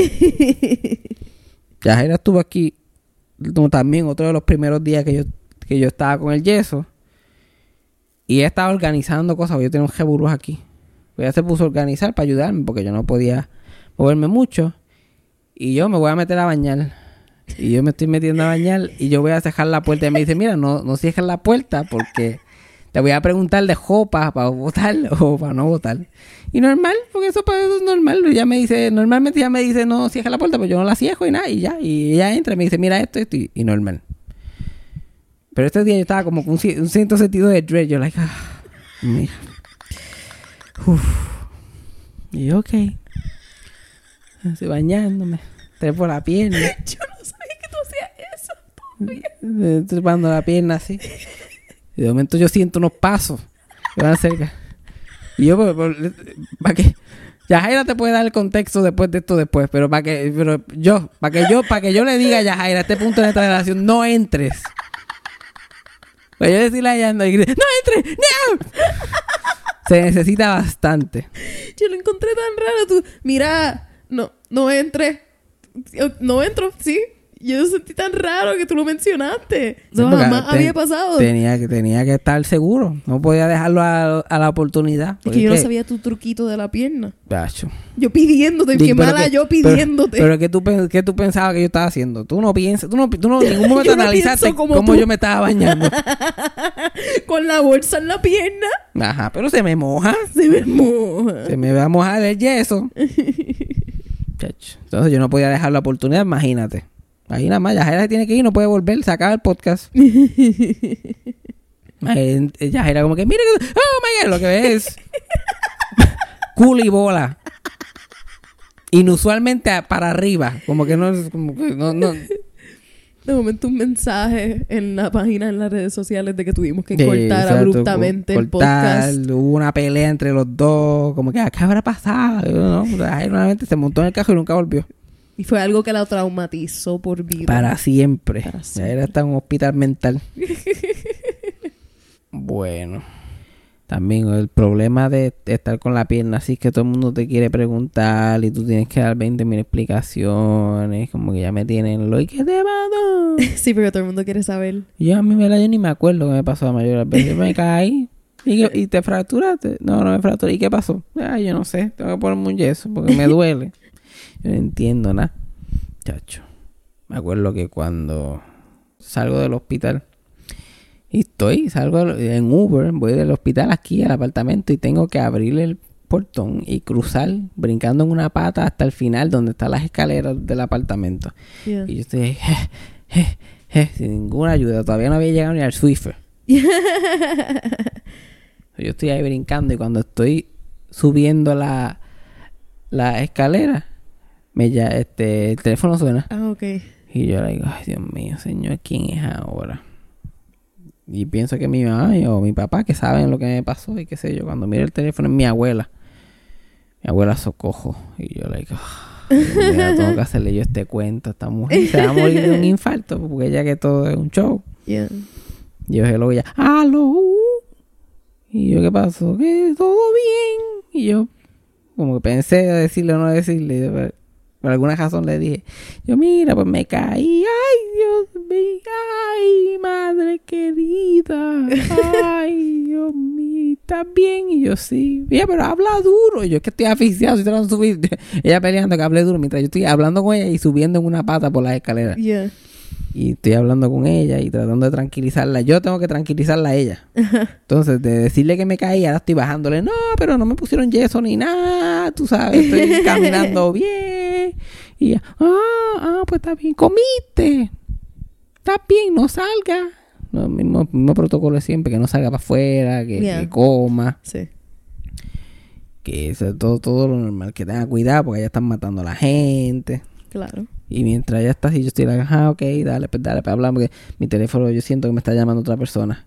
Ya Jaira estuvo aquí también otro de los primeros días que yo, que yo estaba con el yeso. Y ella estaba organizando cosas. Yo tenía un reburú aquí. Ella se puso a organizar para ayudarme porque yo no podía moverme mucho. Y yo me voy a meter a bañar. Y yo me estoy metiendo a bañar y yo voy a cerrar la puerta. Y me dice, mira, no, no cierres la puerta porque te voy a preguntar de jopa para votar o para no votar. Y normal, porque eso, pues, eso es normal. Ella me dice, normalmente ella me dice, no cierres la puerta, pues yo no la cierro y nada, y ya. Y ella entra y me dice, mira esto, esto, y, y normal. Pero este día yo estaba como con un, un cierto sentido de dread. Yo, like, ah, mira. Uf. Y yo, ok. Estoy bañándome. Trepo la pierna. Yo no sabía que tú hacías eso. Trepando la pierna así. Y de momento yo siento unos pasos que van cerca. Y yo, para que... Ya Jaira te puede dar el contexto después de esto después, pero para que... Pero yo, para que yo, para que yo le diga a Yajaira a este punto de esta relación, no entres. Para yo decirle a ella, no, y grite, ¡no entres! ¡No! Se necesita bastante. Yo lo encontré tan raro. Tú, mira, no, no entres. No entro, sí. Yo sentí tan raro que tú lo mencionaste. Eso Sí, jamás te, había pasado. Tenía que, tenía que estar seguro. No podía dejarlo a, a la oportunidad. Es que yo no sabía tu truquito de la pierna. Bacho. Yo pidiéndote. Digo, qué mala que, yo pidiéndote. Pero, pero ¿qué tú, ¿qué tú pensabas que yo estaba haciendo? Tú no piensas... Tú no, tú no en ningún momento no analizaste como cómo tú. yo me estaba bañando. Con la bolsa en la pierna. Ajá, pero se me moja. Se me moja. Se me va a mojar el yeso. Chacho. Entonces yo no podía dejar la oportunidad, imagínate. Ahí nada más, Yajaira tiene que ir, no puede volver, se acaba el podcast. Yajaira como que, mire, oh my God, lo que ves culo y bola. Inusualmente para arriba, como que no, como que no, no. De momento un mensaje en la página, en las redes sociales de que tuvimos que Sí, cortar exacto, abruptamente co- el cortar, podcast. Hubo una pelea entre los dos, como que, ¿qué habrá pasado? ¿No? Yajaira nuevamente se montó en el carro y nunca volvió. Y fue algo que la traumatizó por vida. Para siempre. Para siempre. Yajaira está en un hospital mental. Bueno. También el problema de estar con la pierna así es que todo el mundo te quiere preguntar y tú tienes que dar veinte mil explicaciones. Como que ya me tienen lo y que te pasó. Sí, pero todo el mundo quiere saber. Y yo a mí, ¿verdad? Yo ni me acuerdo qué me pasó la mayoría de las veces. Yo me caí y, y te fracturaste. No, no me fracturé. ¿Y qué pasó? Ay, yo no sé. Tengo que ponerme un yeso porque me duele. Yo no entiendo nada. Chacho. Me acuerdo que cuando salgo del hospital y estoy, salgo en Uber, voy del hospital aquí al apartamento y tengo que abrir el portón y cruzar brincando en una pata hasta el final donde están las escaleras del apartamento. Yeah. Y yo estoy ahí, je, je, je, sin ninguna ayuda. Todavía no había llegado ni al Swiffer. Yo estoy ahí brincando y cuando estoy subiendo la, la escalera, me ya, este, el teléfono suena. Ah, ok. Y yo le digo, ay, Dios mío, señor, ¿quién es ahora? Y pienso que mi mamá o mi papá, que saben lo que me pasó y qué sé yo. Cuando miro el teléfono es mi abuela. Mi abuela Socojo. Y yo le digo, mira, tengo que hacerle yo este cuento a esta mujer. Se va a morir de un infarto porque ella que todo es un show. Yeah. Y yo hello, ya, ¡aló! Y yo, ¿qué pasó? ¿Qué? ¿Todo bien? Y yo, como que pensé a decirle o no decirle. Por alguna razón le dije, yo mira, pues me caí. Ay, Dios mío. Ay, madre querida. Ay, Dios mío. ¿Estás bien? Y yo, sí. Mira, pero habla duro. Yo es que estoy asfixiado. Estoy tratando de subir. Ella peleando que hable duro mientras yo estoy hablando con ella y subiendo en una pata por las escaleras. Yeah. Y estoy hablando con ella y tratando de tranquilizarla. Yo tengo que tranquilizarla a ella. Entonces, de decirle que me caí, ahora estoy bajándole. No, pero no me pusieron yeso ni nada. Tú sabes, estoy caminando bien. Y ella, ah, ah, pues está bien. ¿Comiste? Está bien, no salga. No, el mismo, mismo protocolo de siempre, que no salga para afuera, que, Yeah. que coma. Sí. Que eso es todo, todo lo normal. Que tenga cuidado porque ya están matando a la gente. Claro. Y mientras ella está así, yo estoy like, ah, ok, dale, pues dale, pues hablamos, porque mi teléfono yo siento que me está llamando otra persona.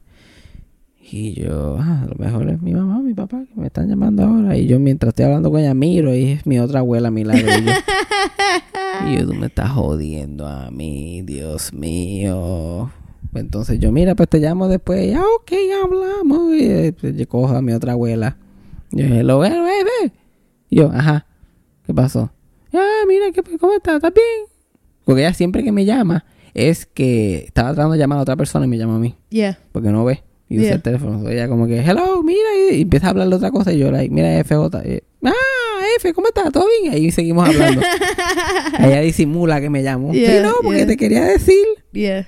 Y yo, ah, a lo mejor es mi mamá o mi papá que me están llamando ahora. Y yo mientras estoy hablando con ella miro y es mi otra abuela, Milagro. Y yo, y yo, tú me estás jodiendo a mí, Dios mío. Pues entonces yo, mira, pues te llamo después. Y, ah, ok, hablamos. Y eh, pues, yo cojo a mi otra abuela. Y yo, hello, hello, hey, ve. Y yo, ajá, ¿qué pasó? Ah, mira, ¿qué, ¿cómo estás? ¿Estás bien? Porque ella siempre que me llama es que estaba tratando de llamar a otra persona y me llama a mí. Yeah. Porque no ve. Y usa Yeah. el teléfono. So, ella como que, hello, mira. Y, y empieza a hablar de otra cosa. Y yo, like, mira, F J. Y, ah, F, ¿cómo estás? ¿Todo bien? Y ahí seguimos hablando. Ella disimula que me llamó. Yeah, sí, no, porque yeah. te quería decir. Yeah.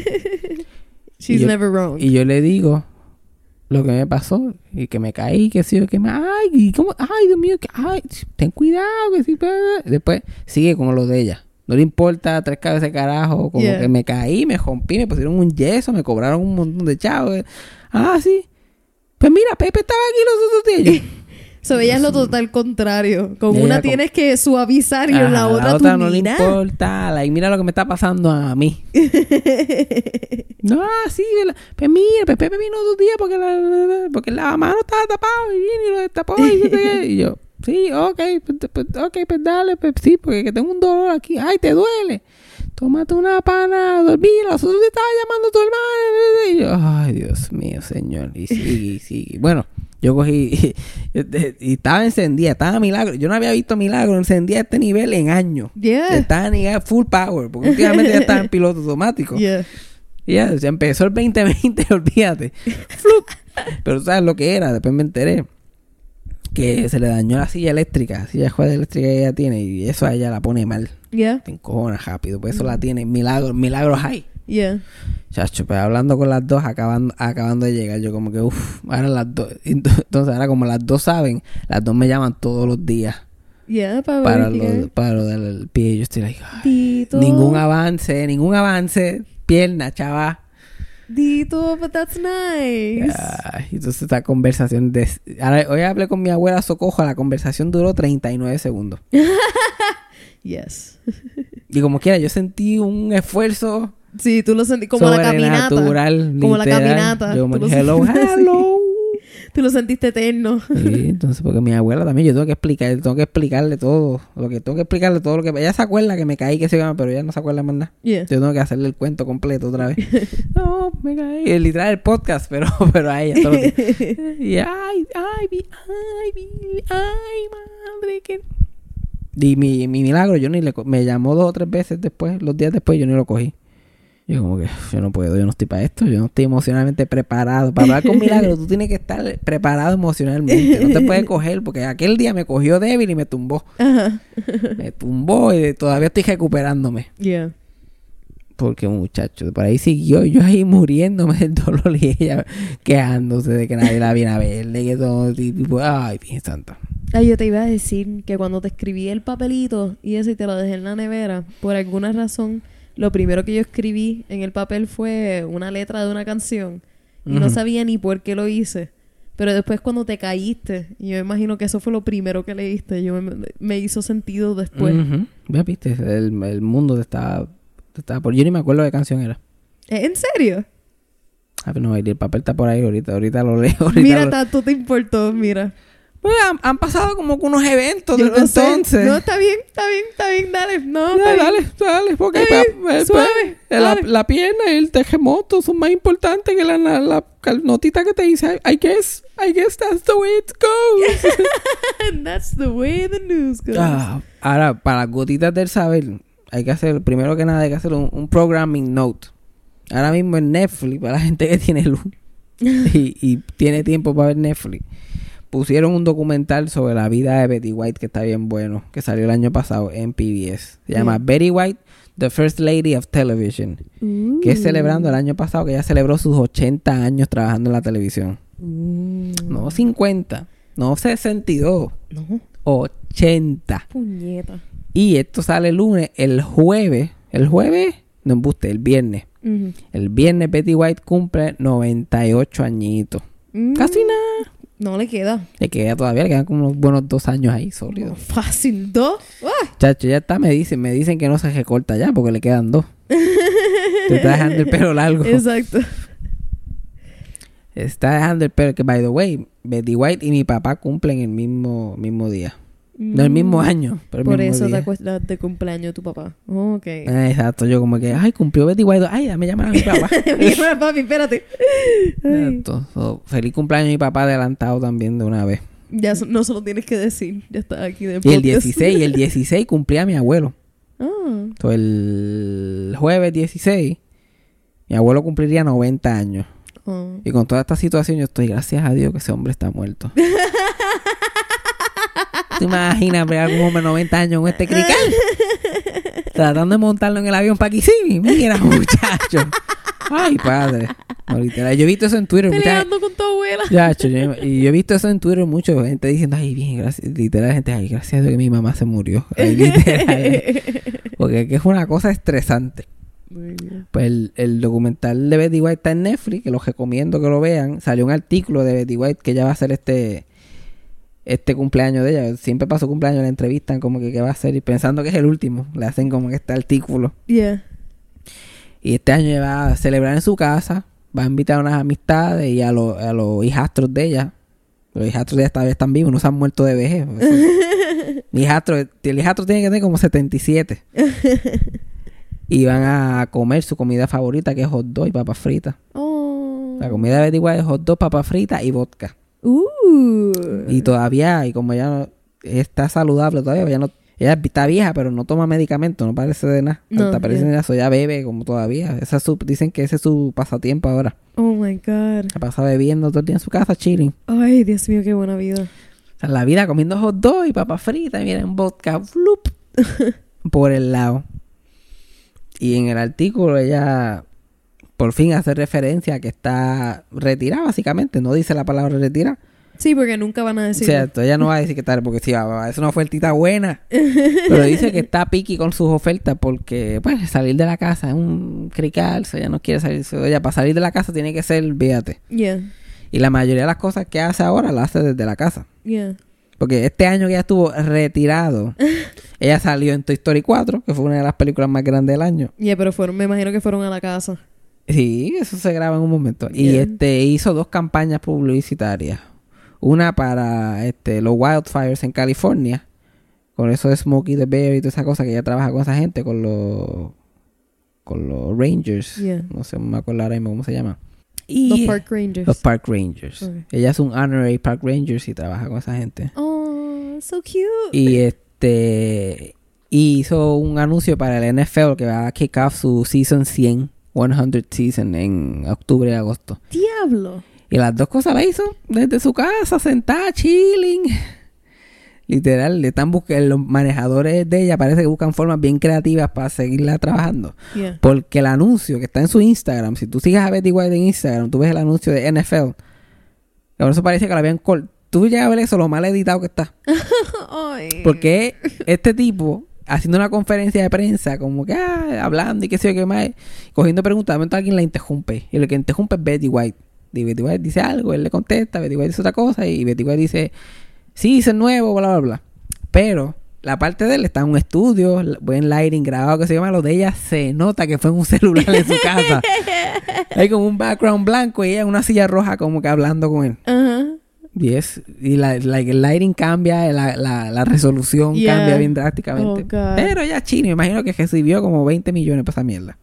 She's yo, never wrong. Y yo le digo lo que me pasó. Y que me caí, que sí, que me... Ay, y ¿cómo? Ay, Dios mío, que... Ay, ten cuidado, que sí. Después sigue con lo de ella. No le importa tres cabezas de carajo. Como Yeah. que me caí, me rompí, me pusieron un yeso, me cobraron un montón de chavos. Ah, sí. Pues mira, Pepe estaba aquí los otros días. Yo, So, ella es lo total contrario. Con Ella una como- tienes que suavizar y en la ajá, otra, la otra tú no le mira. importa. Like, mira lo que me está pasando a mí. No, sí. la- Pues mira, pues Pepe vino dos días porque la, la- la- porque la mano estaba tapada y vino y lo destapó. Y, yo te- y yo, sí, ok, pues, pues, ok, pues dale, pues sí, porque que tengo un dolor aquí. Ay, te duele. Tómate una pana, dormir. Los otros días estaba llamando a tu hermano. Y yo, ay, Dios mío, señor. Y sigue, y sigue. Bueno, yo cogí y, y estaba encendida, estaba Milagro. Yo no había visto Milagro encendida a este nivel en años. Yeah. Estaba en nivel full power, porque últimamente ya estaba en piloto automático. Yeah. Y ya, ya empezó el veinte veinte, olvídate. Flup. Pero tú sabes lo que era, después me enteré que se le dañó la silla eléctrica, la silla de juego eléctrica que ella tiene, y eso a ella la pone mal. Yeah. Te encojona rápido, por eso la tiene Milagro, Milagro High. Yeah. Chacho, pues hablando con las dos, acabando, acabando de llegar, yo como que, uff, ahora las dos, entonces ahora como las dos saben, las dos me llaman todos los días Yeah, para para verificar. lo, para lo del pie. Yo estoy like, ay, Dito. ningún avance, ningún avance, pierna, chava. Dito, but that's nice. Ay, entonces esta conversación de... Ahora, hoy hablé con mi abuela Socojo, la conversación duró treinta y nueve segundos. Yes. Y como quiera, yo sentí un esfuerzo Sí, tú lo sentí como la caminata. sobrenatural, Como la literal. caminata. Yo Tú me lo hello, sentiste así. hello. Tú lo sentiste eterno. Sí, entonces porque mi abuela también, yo tengo que explicar, tengo que explicarle todo, lo que tengo que explicarle todo lo que... Ella se acuerda que me caí, que se llama, pero ella no se acuerda más nada. Yeah. Yo tengo que hacerle el cuento completo otra vez. No, me caí. El literal el podcast, pero, pero a ella. Todo lo que... Y ay, ay, mi, ay, mi, ay, madre, que... Y mi, mi milagro, yo ni le... co- Me llamó dos o tres veces después, los días después, yo ni lo cogí. Yo como que, yo no puedo, yo no estoy para esto, yo no estoy emocionalmente preparado. Para hablar con Milagro, tú tienes que estar preparado emocionalmente. No te puedes coger, porque aquel día me cogió débil y me tumbó. Ajá. Me tumbó y todavía estoy recuperándome. Yeah. Porque muchacho, por ahí siguió yo ahí muriéndome del dolor y ella quejándose de que nadie la viene a ver, de que todo tipo, ay, bien santa. Ay, yo te iba a decir que cuando te escribí el papelito y eso y te lo dejé en la nevera, por alguna razón, lo primero que yo escribí en el papel fue una letra de una canción y no Ujú. sabía ni por qué lo hice. Pero después cuando te caíste, y yo me imagino que eso fue lo primero que leíste, yo me, me hizo sentido después. Ujú. Ya viste, el, el mundo te estaba, te estaba por... Yo ni me acuerdo de qué canción era. ¿Eh, ¿En serio? Ah, pero no, el papel está por ahí ahorita, ahorita lo leo. Ahorita Mira, lo- tanto te importó, mira. Pues han, han pasado como que unos eventos Yo desde no sé. entonces. No, está bien, está bien, está bien, dale. No, Ya, está dale, bien. dale, porque Está pa- bien, pues, suave, pues, la, dale. la pierna y el terremoto son más importantes que la, la, la notita que te dice, I guess, I guess that's the way it goes. And that's the way the news goes. Ah, ahora, para las gotitas del saber, hay que hacer, primero que nada, hay que hacer un, un programming note. Ahora mismo en Netflix, para la gente que tiene luz y, y tiene tiempo para ver Netflix, pusieron un documental sobre la vida de Betty White que está bien bueno, que salió el año pasado en P B S. Se llama Mm. Betty White, The First Lady of Television, Uh. que es celebrando el año pasado, que ella celebró sus ochenta años trabajando en la televisión. Mm. No cincuenta, no sesenta y dos, No, ochenta. puñeta. Y esto sale el lunes, el jueves, el jueves, no embuste, el viernes. Ujú. El viernes Betty White cumple noventa y ocho añitos. Mm. Casi nada. No le queda. Le queda todavía, le quedan como unos buenos dos años ahí No, sólidos. fácil, dos. ¡Ah! Chacho, ya está, me dicen, me dicen que no se recorta ya porque le quedan dos. Te está dejando el pelo largo. Exacto. Está dejando el pelo, que by the way, Betty White y mi papá cumplen el mismo, mismo día. No el mismo año, pero el Por mismo eso día. te acuerdas de cumpleaños de tu papá. Ok. Ah, exacto, yo como que, ay, cumplió Betty White. Ay, dame llamar a mi papá. Mira, papi, espérate. Ay. Exacto. So, feliz cumpleaños a mi papá adelantado también de una vez. Ya so- no se lo tienes que decir. Ya está aquí de Y el podcast. dieciséis, y el dieciséis cumplía mi abuelo. Ah. So, el jueves dieciséis, mi abuelo cumpliría noventa años. Oh. Y con toda esta situación yo estoy, gracias a Dios que ese hombre está muerto. ¿Te imaginas ver a algún hombre de noventa años con este crical? Tratando de montarlo en el avión para Kissimmee. Mira, muchacho. Ay, padre. No, literal. Yo he visto eso en Twitter. mucha- Peleando con tu abuela. Ya, cho, yo- y yo he visto eso en Twitter mucho gente diciendo, ay, bien, gracias, literal, gente, ay, gracias a Dios que mi mamá se murió. Ay, literal. Porque es que es una cosa estresante. Muy bien. Pues el, el documental de Betty White está en Netflix, que los recomiendo que lo vean. Salió un artículo de Betty White que ella va a hacer este este cumpleaños de ella. Siempre para su cumpleaños la entrevistan como que qué va a hacer y pensando que es el último. Le hacen como que este artículo. Yeah. Y este año ella va a celebrar en su casa. Va a invitar a unas amistades y a, los a los hijastros de ella. Los hijastros de ella todavía están vivos, no se han muerto de vejez. Mi hijastro, el hijastro tiene que tener como setenta y siete. Y van a comer su comida favorita, que es hot dog y papas fritas. Oh. La comida de Betty White es hot dog, papas fritas y vodka. Uh. Y todavía, y como ella no- está saludable todavía, ella no, ella está vieja, pero no toma medicamentos, no parece de nada. No, Alta parece ya. de nada, so ella bebe como todavía. Esa es su- dicen que ese es su pasatiempo ahora. Oh my God. La pasa bebiendo todo el día en su casa, chilling. Ay, Dios mío, qué buena vida. O sea, la vida comiendo hot dog y papas fritas, y miren, vodka, flup, por el lado. Y en el artículo ella por fin hace referencia a que está retirada, básicamente. No dice la palabra retirada. Sí, porque nunca van a decir. Cierto, ella no va a decir que tal, porque sí, va, va, es una ofertita buena. Pero dice que está piqui con sus ofertas porque, pues, salir de la casa es un crical, so ella no quiere salir. So ella, para salir de la casa tiene que ser, fíjate. Yeah. Y la mayoría de las cosas que hace ahora las hace desde la casa. Yeah. Porque este año que ella estuvo retirado, ella salió en Toy Story cuatro, que fue una de las películas más grandes del año. Yeah, pero fueron, me imagino que fueron a la casa. Sí, eso se graba en un momento. Y Yeah. este hizo dos campañas publicitarias. Una para este los wildfires en California, con eso de Smokey the Bear y toda esa cosa, que ella trabaja con esa gente, con los con los Rangers. Yeah. No sé, no me acuerdo ahora mismo cómo se llama. Y Los Park Rangers. Los Park Rangers. Okay. Ella es un honorary Park Rangers y trabaja con esa gente. Oh, so cute. Y este hizo un anuncio para el N F L que va a kick off su season cien, cien season en octubre y agosto. Diablo. Y las dos cosas las hizo desde su casa, sentada, chilling. Literal, le están buscando, los manejadores de ella parece que buscan formas bien creativas para seguirla trabajando. Yeah. Porque el anuncio que está en su Instagram, si tú sigues a Betty White en Instagram, tú ves el anuncio de N F L. Por eso parece que lo habían col- Tú llegas a ver eso, lo mal editado que está. Ay. Porque este tipo, haciendo una conferencia de prensa, como que ah, hablando y qué sé yo qué más, cogiendo preguntas, de momento alguien la interrumpe. Y el que interrumpe es Betty White. Y Betty White dice algo, él le contesta, Betty White dice otra cosa, y Betty White dice, sí, es nuevo, bla, bla, bla. Pero la parte de él está en un estudio, buen lighting grabado, que se llama, lo de ella se nota que fue en un celular en su casa. Hay como un background blanco y ella en una silla roja como que hablando con él. Ajá. Y, es, y la, la- el lighting cambia, la, la, la resolución Yeah. cambia bien drásticamente. Oh, God. Pero ya chino, me imagino que recibió como veinte millones para esa mierda.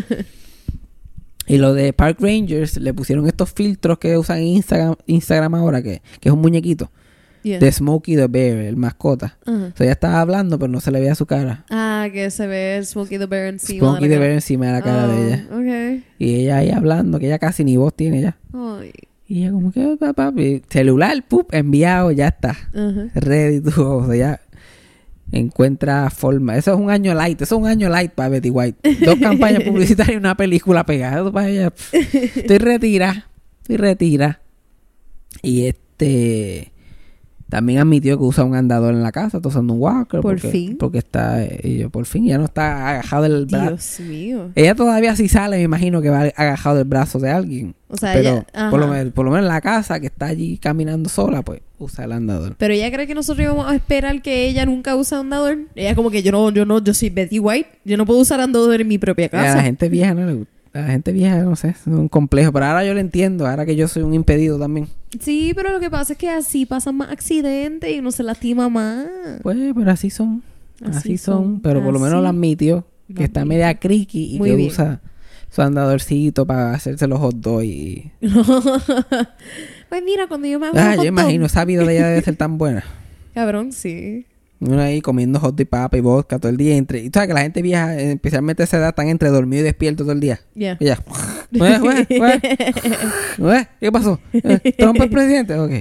Y lo de Park Rangers, le pusieron estos filtros que usan en Instagram, Instagram ahora, que, que es un muñequito. Yeah. De Smokey the Bear, el mascota. Ajá. O sea, ella estaba hablando, pero no se le veía su cara. Ah, que se ve Smokey the Bear encima Smokey de the la Bear cara. encima de la cara de ella. Oh, ok. Y ella ahí hablando, que ella casi ni voz tiene ya. Ay. Y ella como que, papá, celular, pup, enviado, ya está. Ajá. Ready to, o sea, ya encuentra forma. Eso es un año light, eso es un año light para Betty White. Dos campañas publicitarias y una película pegada. Eso para ella. Pff, estoy retira, estoy retira. Y este también admitió que usa un andador en la casa, está usando un walker. Por porque, fin. Porque está, eh, y yo, por fin, ya no está agajado del brazo. Dios mío. Ella todavía si sale, me imagino que va agajado del brazo de alguien. O sea, Pero ella... ajá. por lo, menos, por lo menos en la casa que está allí caminando sola, pues usa el andador. Pero ella cree que nosotros íbamos a esperar que ella nunca usa andador. Ella como que yo no, yo no, yo soy Betty White. Yo no puedo usar andador en mi propia A casa. la gente vieja no le gusta. A la gente vieja, no sé, es un complejo. Pero ahora yo lo entiendo, ahora que yo soy un impedido también. Sí, pero lo que pasa es que así pasan más accidentes y uno se lastima más. Pues, pero así son. Así, Así son. son, Pero por lo menos así. lo admitió. Lo Que está admitió. media criqui y Muy que bien. usa su andadorcito para hacerse los hot dogs. Y... Pues mira, cuando yo me hago Ah, un yo hot imagino, dog- esa vida de ella debe ser tan buena. Cabrón, sí. Uno ahí comiendo hot dog y papa y vodka todo el día. Entre... Y tú sabes que la gente vieja, eh, especialmente a esa edad, están entre dormido y despierto todo el día. Ya. Y ella, "Ué, ué, ué, ué, ¿qué pasó? Eh, ¿Trump es presidente? Ok.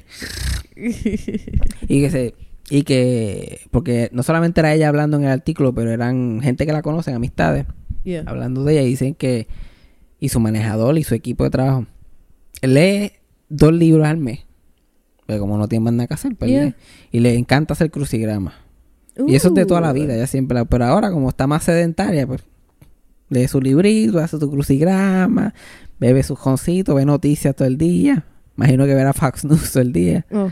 Y que se... Y que... Porque no solamente era ella hablando en el artículo, pero eran gente que la conocen, amistades, Yeah. hablando de ella. Y dicen que... Y su manejador y su equipo de trabajo. Él lee dos libros al mes. Pero como no tiene más nada que hacer, pues Yeah. lee. Y le encanta hacer crucigramas. Y eso es de toda la vida, ya siempre. la- Pero ahora, como está más sedentaria, pues lee su librito, hace su crucigrama, bebe sus joncitos, ve noticias todo el día. Imagino que verá Fox News todo el día. Oh.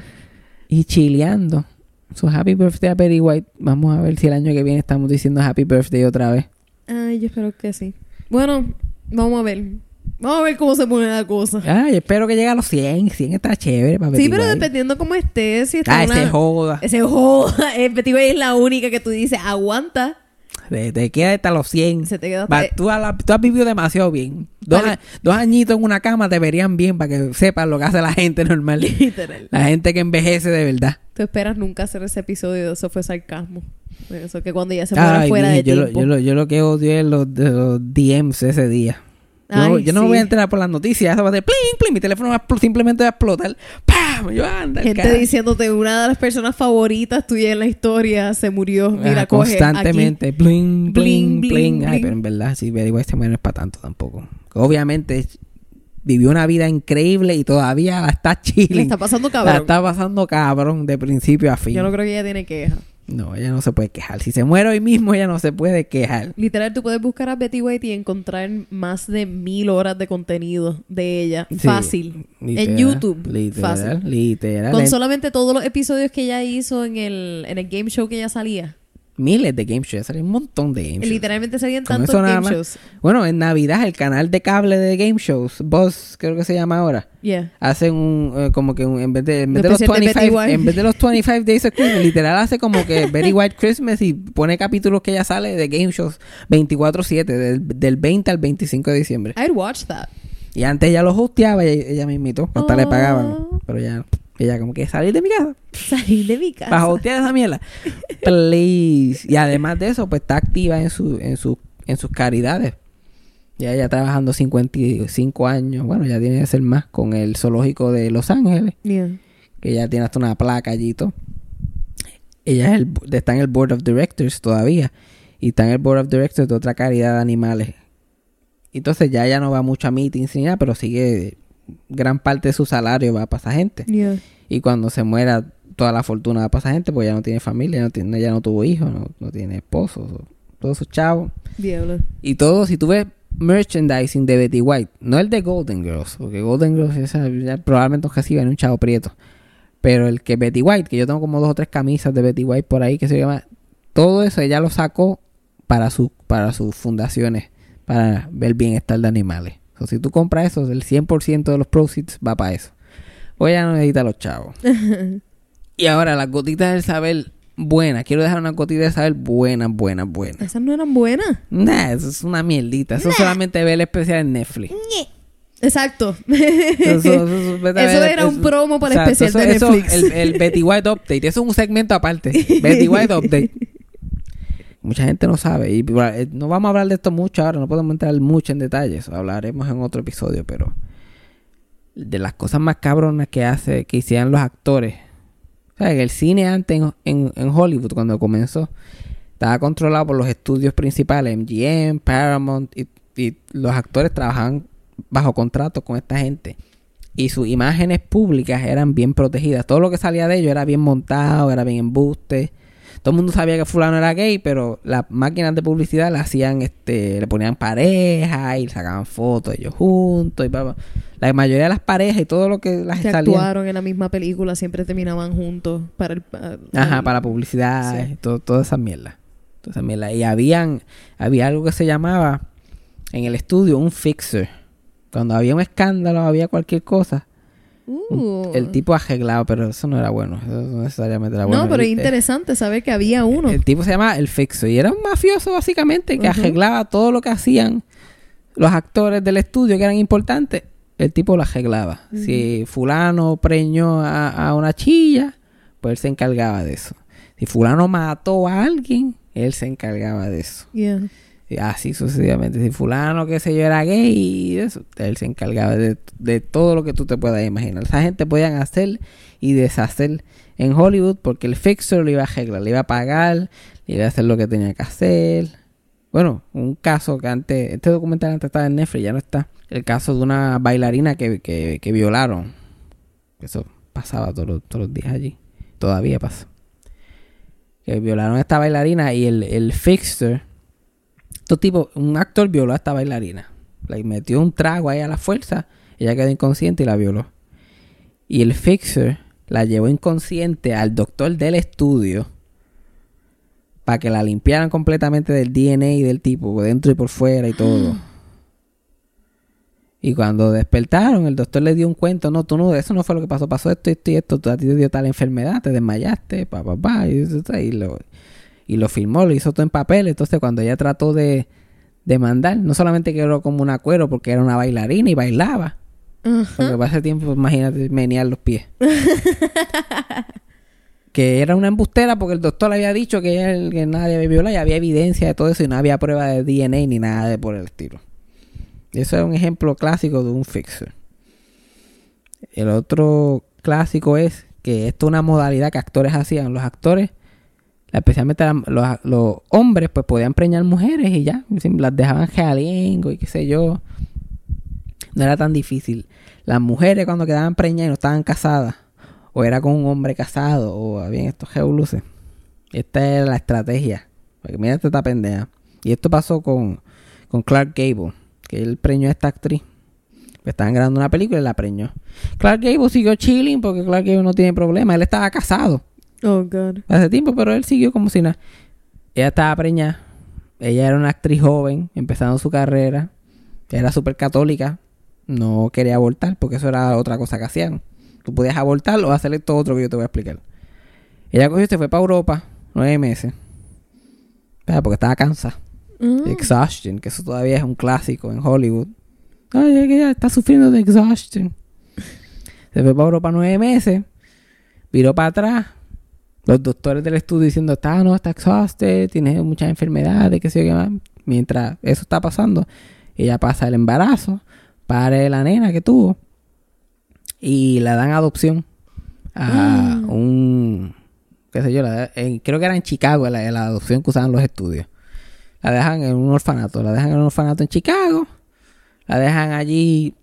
Y chileando. Su happy birthday a Betty White. Vamos a ver si el año que viene estamos diciendo happy birthday otra vez. Ay, yo espero que sí. Bueno, vamos a ver. Vamos a ver cómo se pone la cosa. Ay, espero que llegue a los cien. cien está chévere para Betty Sí, pero White. dependiendo cómo esté, si está Ah, una... ese joda. Ese joda. Eh, Betty White es la única que tú dices, aguanta. Te, te queda hasta los cien. Se te queda Va, hasta- tú, a la- tú has vivido demasiado bien. Dos, Vale. a- dos añitos en una cama te verían bien para que sepas lo que hace la gente normal. Literal. La gente que envejece de verdad. Tú esperas nunca hacer ese episodio de Eso Fue Sarcasmo. Eso que cuando ya se muera Ay, fuera de mire, yo, lo, tiempo. yo, lo, yo lo que odio es los, de los D Ms ese día. Yo, no- Ay, yo no me sí. voy a enterar por las noticias. Eso va a ser pling, pling. Mi teléfono va a expl- simplemente va a explotar. ¡Pam! Yo anda. el Gente carajo. diciéndote una de las personas favoritas tuyas en la historia se murió. Mira, Ah, coge constantemente. Bling, bling, Bling, bling, bling, Ay, bling. pero en verdad, sí, Betty White se muere no es para tanto tampoco. Obviamente, vivió una vida increíble y todavía la está aquí. chilling. Le está pasando La cabrón. está pasando cabrón de principio a fin. Yo no creo que ella tiene queja. No, ella no se puede quejar. Si se muere hoy mismo, ella no se puede quejar. Literal, tú puedes buscar a Betty White y encontrar más de mil horas de contenido de ella. Sí, Fácil. literal, en YouTube. Literal, Fácil. literal. Con En solamente todos los episodios que ella hizo en el, en el game show que ella salía. miles de game shows. Salen un montón de game shows. Literalmente salían Con tantos eso nada game más. shows. Bueno, en Navidad, el canal de cable de game shows, Buzz, creo que se llama ahora, Yeah. hacen un, eh, como que un, en vez de, en vez Un de los especial de Betty veinticinco, White. en vez de los veinticinco Days of Christmas, literal hace como que Betty White Christmas y pone capítulos que ella sale de game shows veinticuatro siete, del, del veinte al veinticinco de diciembre. I'd watch that. Y antes ella lo hosteaba y ella, ella me invitó, hasta le Oh. pagaban, pero ya, ella como que salir de mi casa. Salir de mi casa. Para hostear esa mierda. Please. Y además de eso, pues está activa en su, en su, en sus caridades. Ya ella trabajando cincuenta y cinco años. Bueno, ya tiene que ser más con el zoológico de Los Ángeles. Yeah. Que ya tiene hasta una placa allí y todo. Ella es el, está en el Board of Directors todavía. Y está en el Board of Directors de otra caridad de animales. Entonces ya ella no va mucho a meetings ni nada, pero sigue gran parte de su salario va para esa gente. Yeah. Y cuando se muera, toda la fortuna va para esa gente, porque ya no tiene familia, no tiene, ya no tuvo hijos, no, no tiene esposo, so- todos sus chavos. Diablo. Y todo, si tú ves merchandising de Betty White, no el de Golden Girls, porque Golden Girls esa, ya probablemente no reciben un chavo prieto. Pero el que Betty White, que yo tengo como dos o tres camisas de Betty White por ahí, que se llama, todo eso ella lo sacó para, su, para sus fundaciones, para ver el bienestar de animales. O sea, si tú compras eso, el cien por ciento de los proceeds va para eso. Pues ella no necesita los chavos. Y ahora, las gotitas del saber buenas. Quiero dejar unas gotitas de saber buenas, buenas, buenas. ¿Esas no eran buenas? Nah, eso es una mierdita. Eso Nah. solamente ve el especial en Netflix. Exacto. Eso, eso, eso, vete a Eso ver, era un eso- promo para el exacto, especial eso- de eso, Netflix. el, el Betty White Update. Eso es un segmento aparte. Betty White Update. Mucha gente no sabe. Y eh, no vamos a hablar de esto mucho ahora. No podemos entrar mucho en detalles. Hablaremos en otro episodio. Pero de las cosas más cabronas que hace, que hicieran los actores. O sea, que el cine antes en, en, en Hollywood, cuando comenzó, estaba controlado por los estudios principales, M G M, Paramount, y, y los actores trabajaban bajo contrato con esta gente. Y sus imágenes públicas eran bien protegidas. Todo lo que salía de ellos era bien montado, era bien embuste. Todo el mundo sabía que fulano era gay, pero las máquinas de publicidad le hacían, este, le ponían pareja y sacaban fotos de ellos juntos. Y bla, bla. La mayoría de las parejas y todo lo que las Que salían, actuaron en la misma película siempre terminaban juntos para el... para- ajá, el- para publicidad, Sí. y todo, toda esa mierda. Toda esa mierda. Y habían, había algo que se llamaba en el estudio un fixer. Cuando había un escándalo, había cualquier cosa, Uh. el tipo arreglado, pero eso no era bueno. Eso no necesariamente era bueno. No, pero El- es interesante saber que había uno. El tipo se llamaba el fixer y era un mafioso básicamente que Ujú. arreglaba todo lo que hacían los actores del estudio que eran importantes. El tipo lo arreglaba. Ujú. Si fulano preñó a, a una chilla, pues él se encargaba de eso. Si fulano mató a alguien, él se encargaba de eso. Yeah. Y así sucesivamente. Si fulano, qué sé yo, era gay y eso, él se encargaba de, de todo lo que tú te puedas imaginar. Esa gente podían hacer y deshacer en Hollywood porque el fixer lo iba a arreglar, le iba a pagar, le iba a hacer lo que tenía que hacer. Bueno, un caso que antes, este documental antes estaba en Netflix, ya no está. El caso de una bailarina que, que, que violaron. Eso pasaba todos los, todos los días allí. Todavía pasa. Que violaron a esta bailarina y el, el fixer... Estos tipos, un actor violó a esta bailarina. Le metió un trago ahí a la fuerza. Ella quedó inconsciente y la violó. Y el fixer la llevó inconsciente al doctor del estudio para que la limpiaran completamente del D N A del tipo, por dentro y por fuera y todo. Y cuando despertaron, el doctor le dio un cuento. No, tú no, eso no fue lo que pasó. Pasó esto, esto y esto. Tú, a ti te dio tal enfermedad, te desmayaste, pa, pa, pa. Y, y lo... Y lo filmó, lo hizo todo en papel. Entonces cuando ella trató de demandar, no solamente quedó como una cuero porque era una bailarina y bailaba. Ajá. Porque para ese tiempo, imagínate, menear los pies. Que era una embustera porque el doctor le había dicho que, ella, que nadie había violado y había evidencia de todo eso y no había prueba de D N A ni nada de por el estilo. Eso es un ejemplo clásico de un fixer. El otro clásico es que esto es una modalidad que actores hacían. Los actores, especialmente la- los, los hombres, pues podían preñar mujeres y ya, las dejaban realengo y qué sé yo. No era tan difícil. Las mujeres cuando quedaban preñadas y no estaban casadas, o era con un hombre casado, o habían estos revoluces. Esta era la estrategia. Porque mira esta pendeja. Y esto pasó con, con Clark Gable, que él preñó a esta actriz. Estaban grabando una película y la preñó. Clark Gable siguió chilling porque Clark Gable no tiene problema. Él estaba casado Oh, God. hace tiempo, pero él siguió como si nada. Ella estaba preñada. Ella era una actriz joven, empezando su carrera. Era súper católica. No quería abortar, porque eso era otra cosa que hacían. Tú podías abortar o hacer esto otro que yo te voy a explicar. Ella cogió y se fue para Europa, nueve meses. Pero porque estaba cansada. Ah. Exhaustion, que eso todavía es un clásico en Hollywood. Ay, es que ella está sufriendo de exhaustion. Se fue para Europa nueve meses. Viró para atrás. Los doctores del estudio diciendo, está, no, está exhausted, tiene muchas enfermedades, qué sé yo qué más. Mientras eso está pasando, ella pasa el embarazo, pare la nena que tuvo y la dan adopción a Mm. un, qué sé yo, la, en- creo que era en Chicago la, la adopción que usaban los estudios. La dejan en un orfanato, la dejan en un orfanato en Chicago, la dejan allí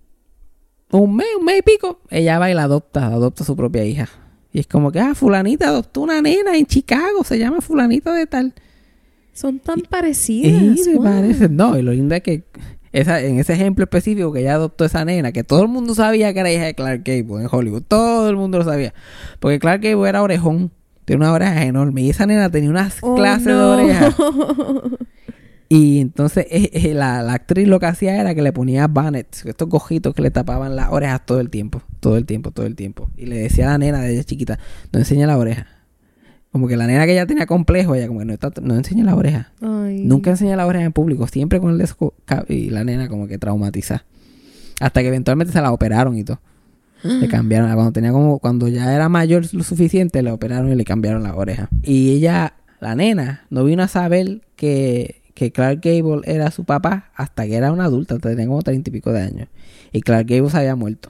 un mes, un mes y pico. Ella va y la adopta, adopta a su propia hija. Y es como que, ah, fulanita adoptó una nena en Chicago, se llama fulanita de tal. Son tan Y parecidas. me wow. parece, no, y lo lindo es que esa, en ese ejemplo específico que ella adoptó esa nena, que todo el mundo sabía que era hija de Clark Gable en Hollywood, todo el mundo lo sabía, porque Clark Gable era orejón, tenía unas orejas enormes, y esa nena tenía unas Oh, clases no. de orejas. Y entonces eh, eh, la, la actriz lo que hacía era que le ponía bonnets, estos gojitos que le tapaban las orejas todo el tiempo, todo el tiempo, todo el tiempo. Y le decía a la nena de ella chiquita, no enseña la oreja. Como que la nena que ella tenía complejo, ella como que no, está, no enseña la oreja. Ay. Nunca enseña la oreja en público, siempre con el desco... Y la nena como que traumatizada. Hasta que eventualmente se la operaron y todo. Le cambiaron, cuando tenía como, cuando ya era mayor lo suficiente, le operaron y le cambiaron la oreja. Y ella, la nena, no vino a saber que, que Clark Gable era su papá hasta que era una adulta, tenía como treinta y pico de años. Y Clark Gable se había muerto.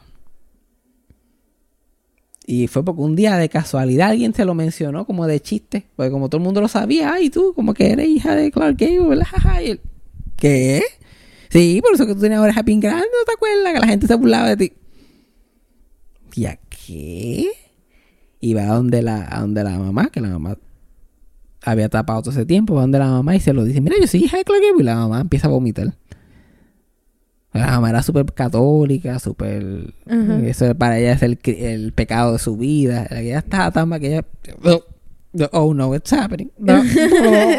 Y fue porque un día de casualidad alguien se lo mencionó como de chiste. Porque como todo el mundo lo sabía, ay tú, como que eres hija de Clark Gable, ¿verdad? Y él, ¿qué? Sí, por eso que tú tenías oreja bien grande, ¿no te acuerdas? Que la gente se burlaba de ti. ¿Y a qué? Y va a donde la, a donde la mamá, que la mamá había tapado todo ese tiempo, va donde la mamá y se lo dice, mira, yo soy hija de Clark Gable. Y la mamá empieza a vomitar. La mamá era súper católica, súper... Uh-huh. Eso para ella es el, el pecado de su vida. Ella estaba tan mal que ella... Oh, oh no, it's happening. No, no.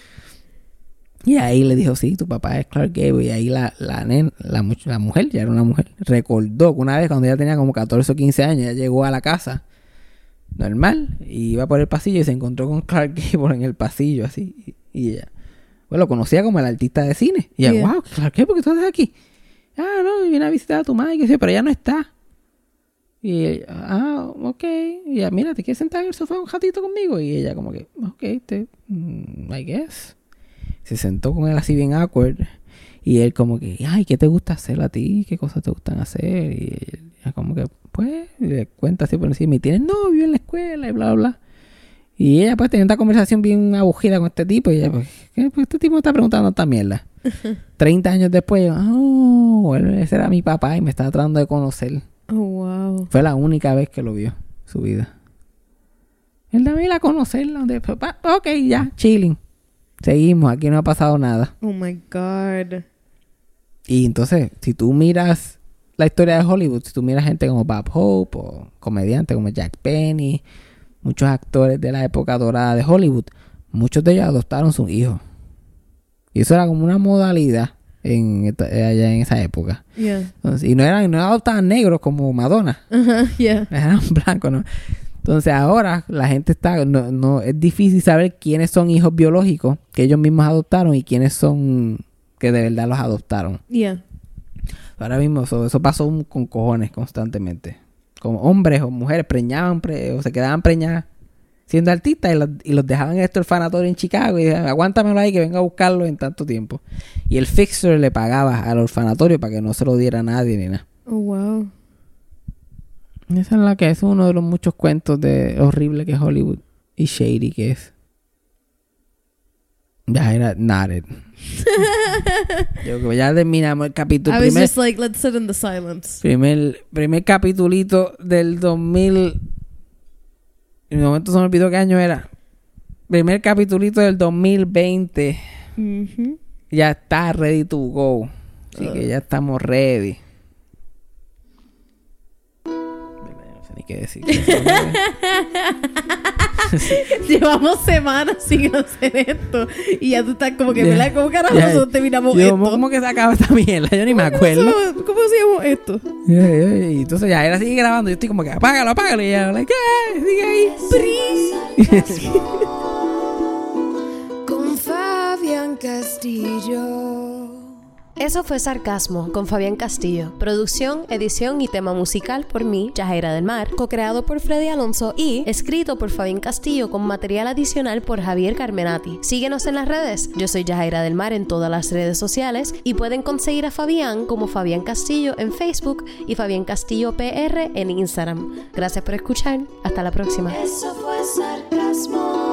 Y ahí le dijo, sí, tu papá es Clark Gable. Y ahí la, la, nen, la, la mujer, ya era una mujer, recordó que una vez cuando ella tenía como catorce o quince años, ella llegó a la casa normal y iba por el pasillo y se encontró con Clark Gable en el pasillo, así. Y, y ella, bueno, lo conocía como el artista de cine. Y ella, yeah. Wow, Clark Gable, ¿por qué tú estás aquí? Ah, no, viene a visitar a tu madre, que sé, pero ella no está. Y ella, ah, ok. Y ella, mira, ¿te quieres sentar en el sofá un ratito conmigo? Y ella como que, ok, te, mm, I guess. Se sentó con él así bien awkward. Y él como que, ay, ¿qué te gusta hacer a ti? ¿Qué cosas te gustan hacer? Y ella como que, pues, y le cuenta así por encima. Y tienes novio en la escuela y bla, bla. Y ella pues tenía una conversación bien abugida con este tipo. Y ella, pues, ¿qué? Pues este tipo me está preguntando tanta mierda. treinta años después, yo, oh, ese era mi papá y me estaba tratando de conocer. Oh, wow. Fue la única vez que lo vio, su vida. Él también la conocerla. Donde, ok, ya, chilling. Seguimos, aquí no ha pasado nada. Oh my God. Y entonces, si tú miras la historia de Hollywood, si tú miras gente como Bob Hope o comediantes como Jack Benny, muchos actores de la época dorada de Hollywood, muchos de ellos adoptaron sus hijos. Y eso era como una modalidad en esta, allá en esa época. Yeah. Entonces, y no eran, no adoptaban negros como Madonna. Uh-huh, yeah. Eran blancos, ¿no? Entonces ahora la gente está, no, no, es difícil saber quiénes son hijos biológicos que ellos mismos adoptaron y quiénes son que de verdad los adoptaron. Yeah. Ahora mismo eso, eso pasó un, con cojones constantemente. Como hombres o mujeres preñaban pre, o se quedaban preñadas siendo artistas y los, y los dejaban en este orfanatorio en Chicago y decían, aguántamelo ahí que venga a buscarlo en tanto tiempo. Y el fixer le pagaba al orfanatorio para que no se lo diera a nadie ni nada. Oh, wow. Esa es la que es uno de los muchos cuentos de horrible que es Hollywood y shady que es. Ya era nodded. Yo creo que ya terminamos el capítulo. I was primer, just like, let's sit in the silence. Primer, primer capitulito del dos mil. En un momento se me olvidó qué año era. Primer capitulito del dos mil veinte. Mm-hmm. Ya está ready to go. Así uh. que ya estamos ready. No sé ni qué decir. Llevamos semanas sin hacer esto y ya tú estás como que, ¿verdad? ¿Cómo carajo yeah. nosotros terminamos Yo, esto? ¿Cómo, ¿Cómo que se acaba esta mierda? Yo ni me acuerdo. ¿Cómo, cómo hacíamos esto? Yeah, yeah. Y entonces ya, él sigue grabando. Yo estoy como que, apágalo, apágalo. Y ella, like, ¿qué? Sigue ahí. Con Fabián Castillo. Eso fue Sarcasmo con Fabián Castillo. Producción, edición y tema musical por mí, Yajaira del Mar. Co-creado por Freddy Alonso y escrito por Fabián Castillo con material adicional por Javier Carmenati. Síguenos en las redes. Yo soy Yajaira del Mar en todas las redes sociales y pueden conseguir a Fabián como Fabián Castillo en Facebook y Fabián Castillo P R en Instagram. Gracias por escuchar. Hasta la próxima. Eso fue sarcasmo.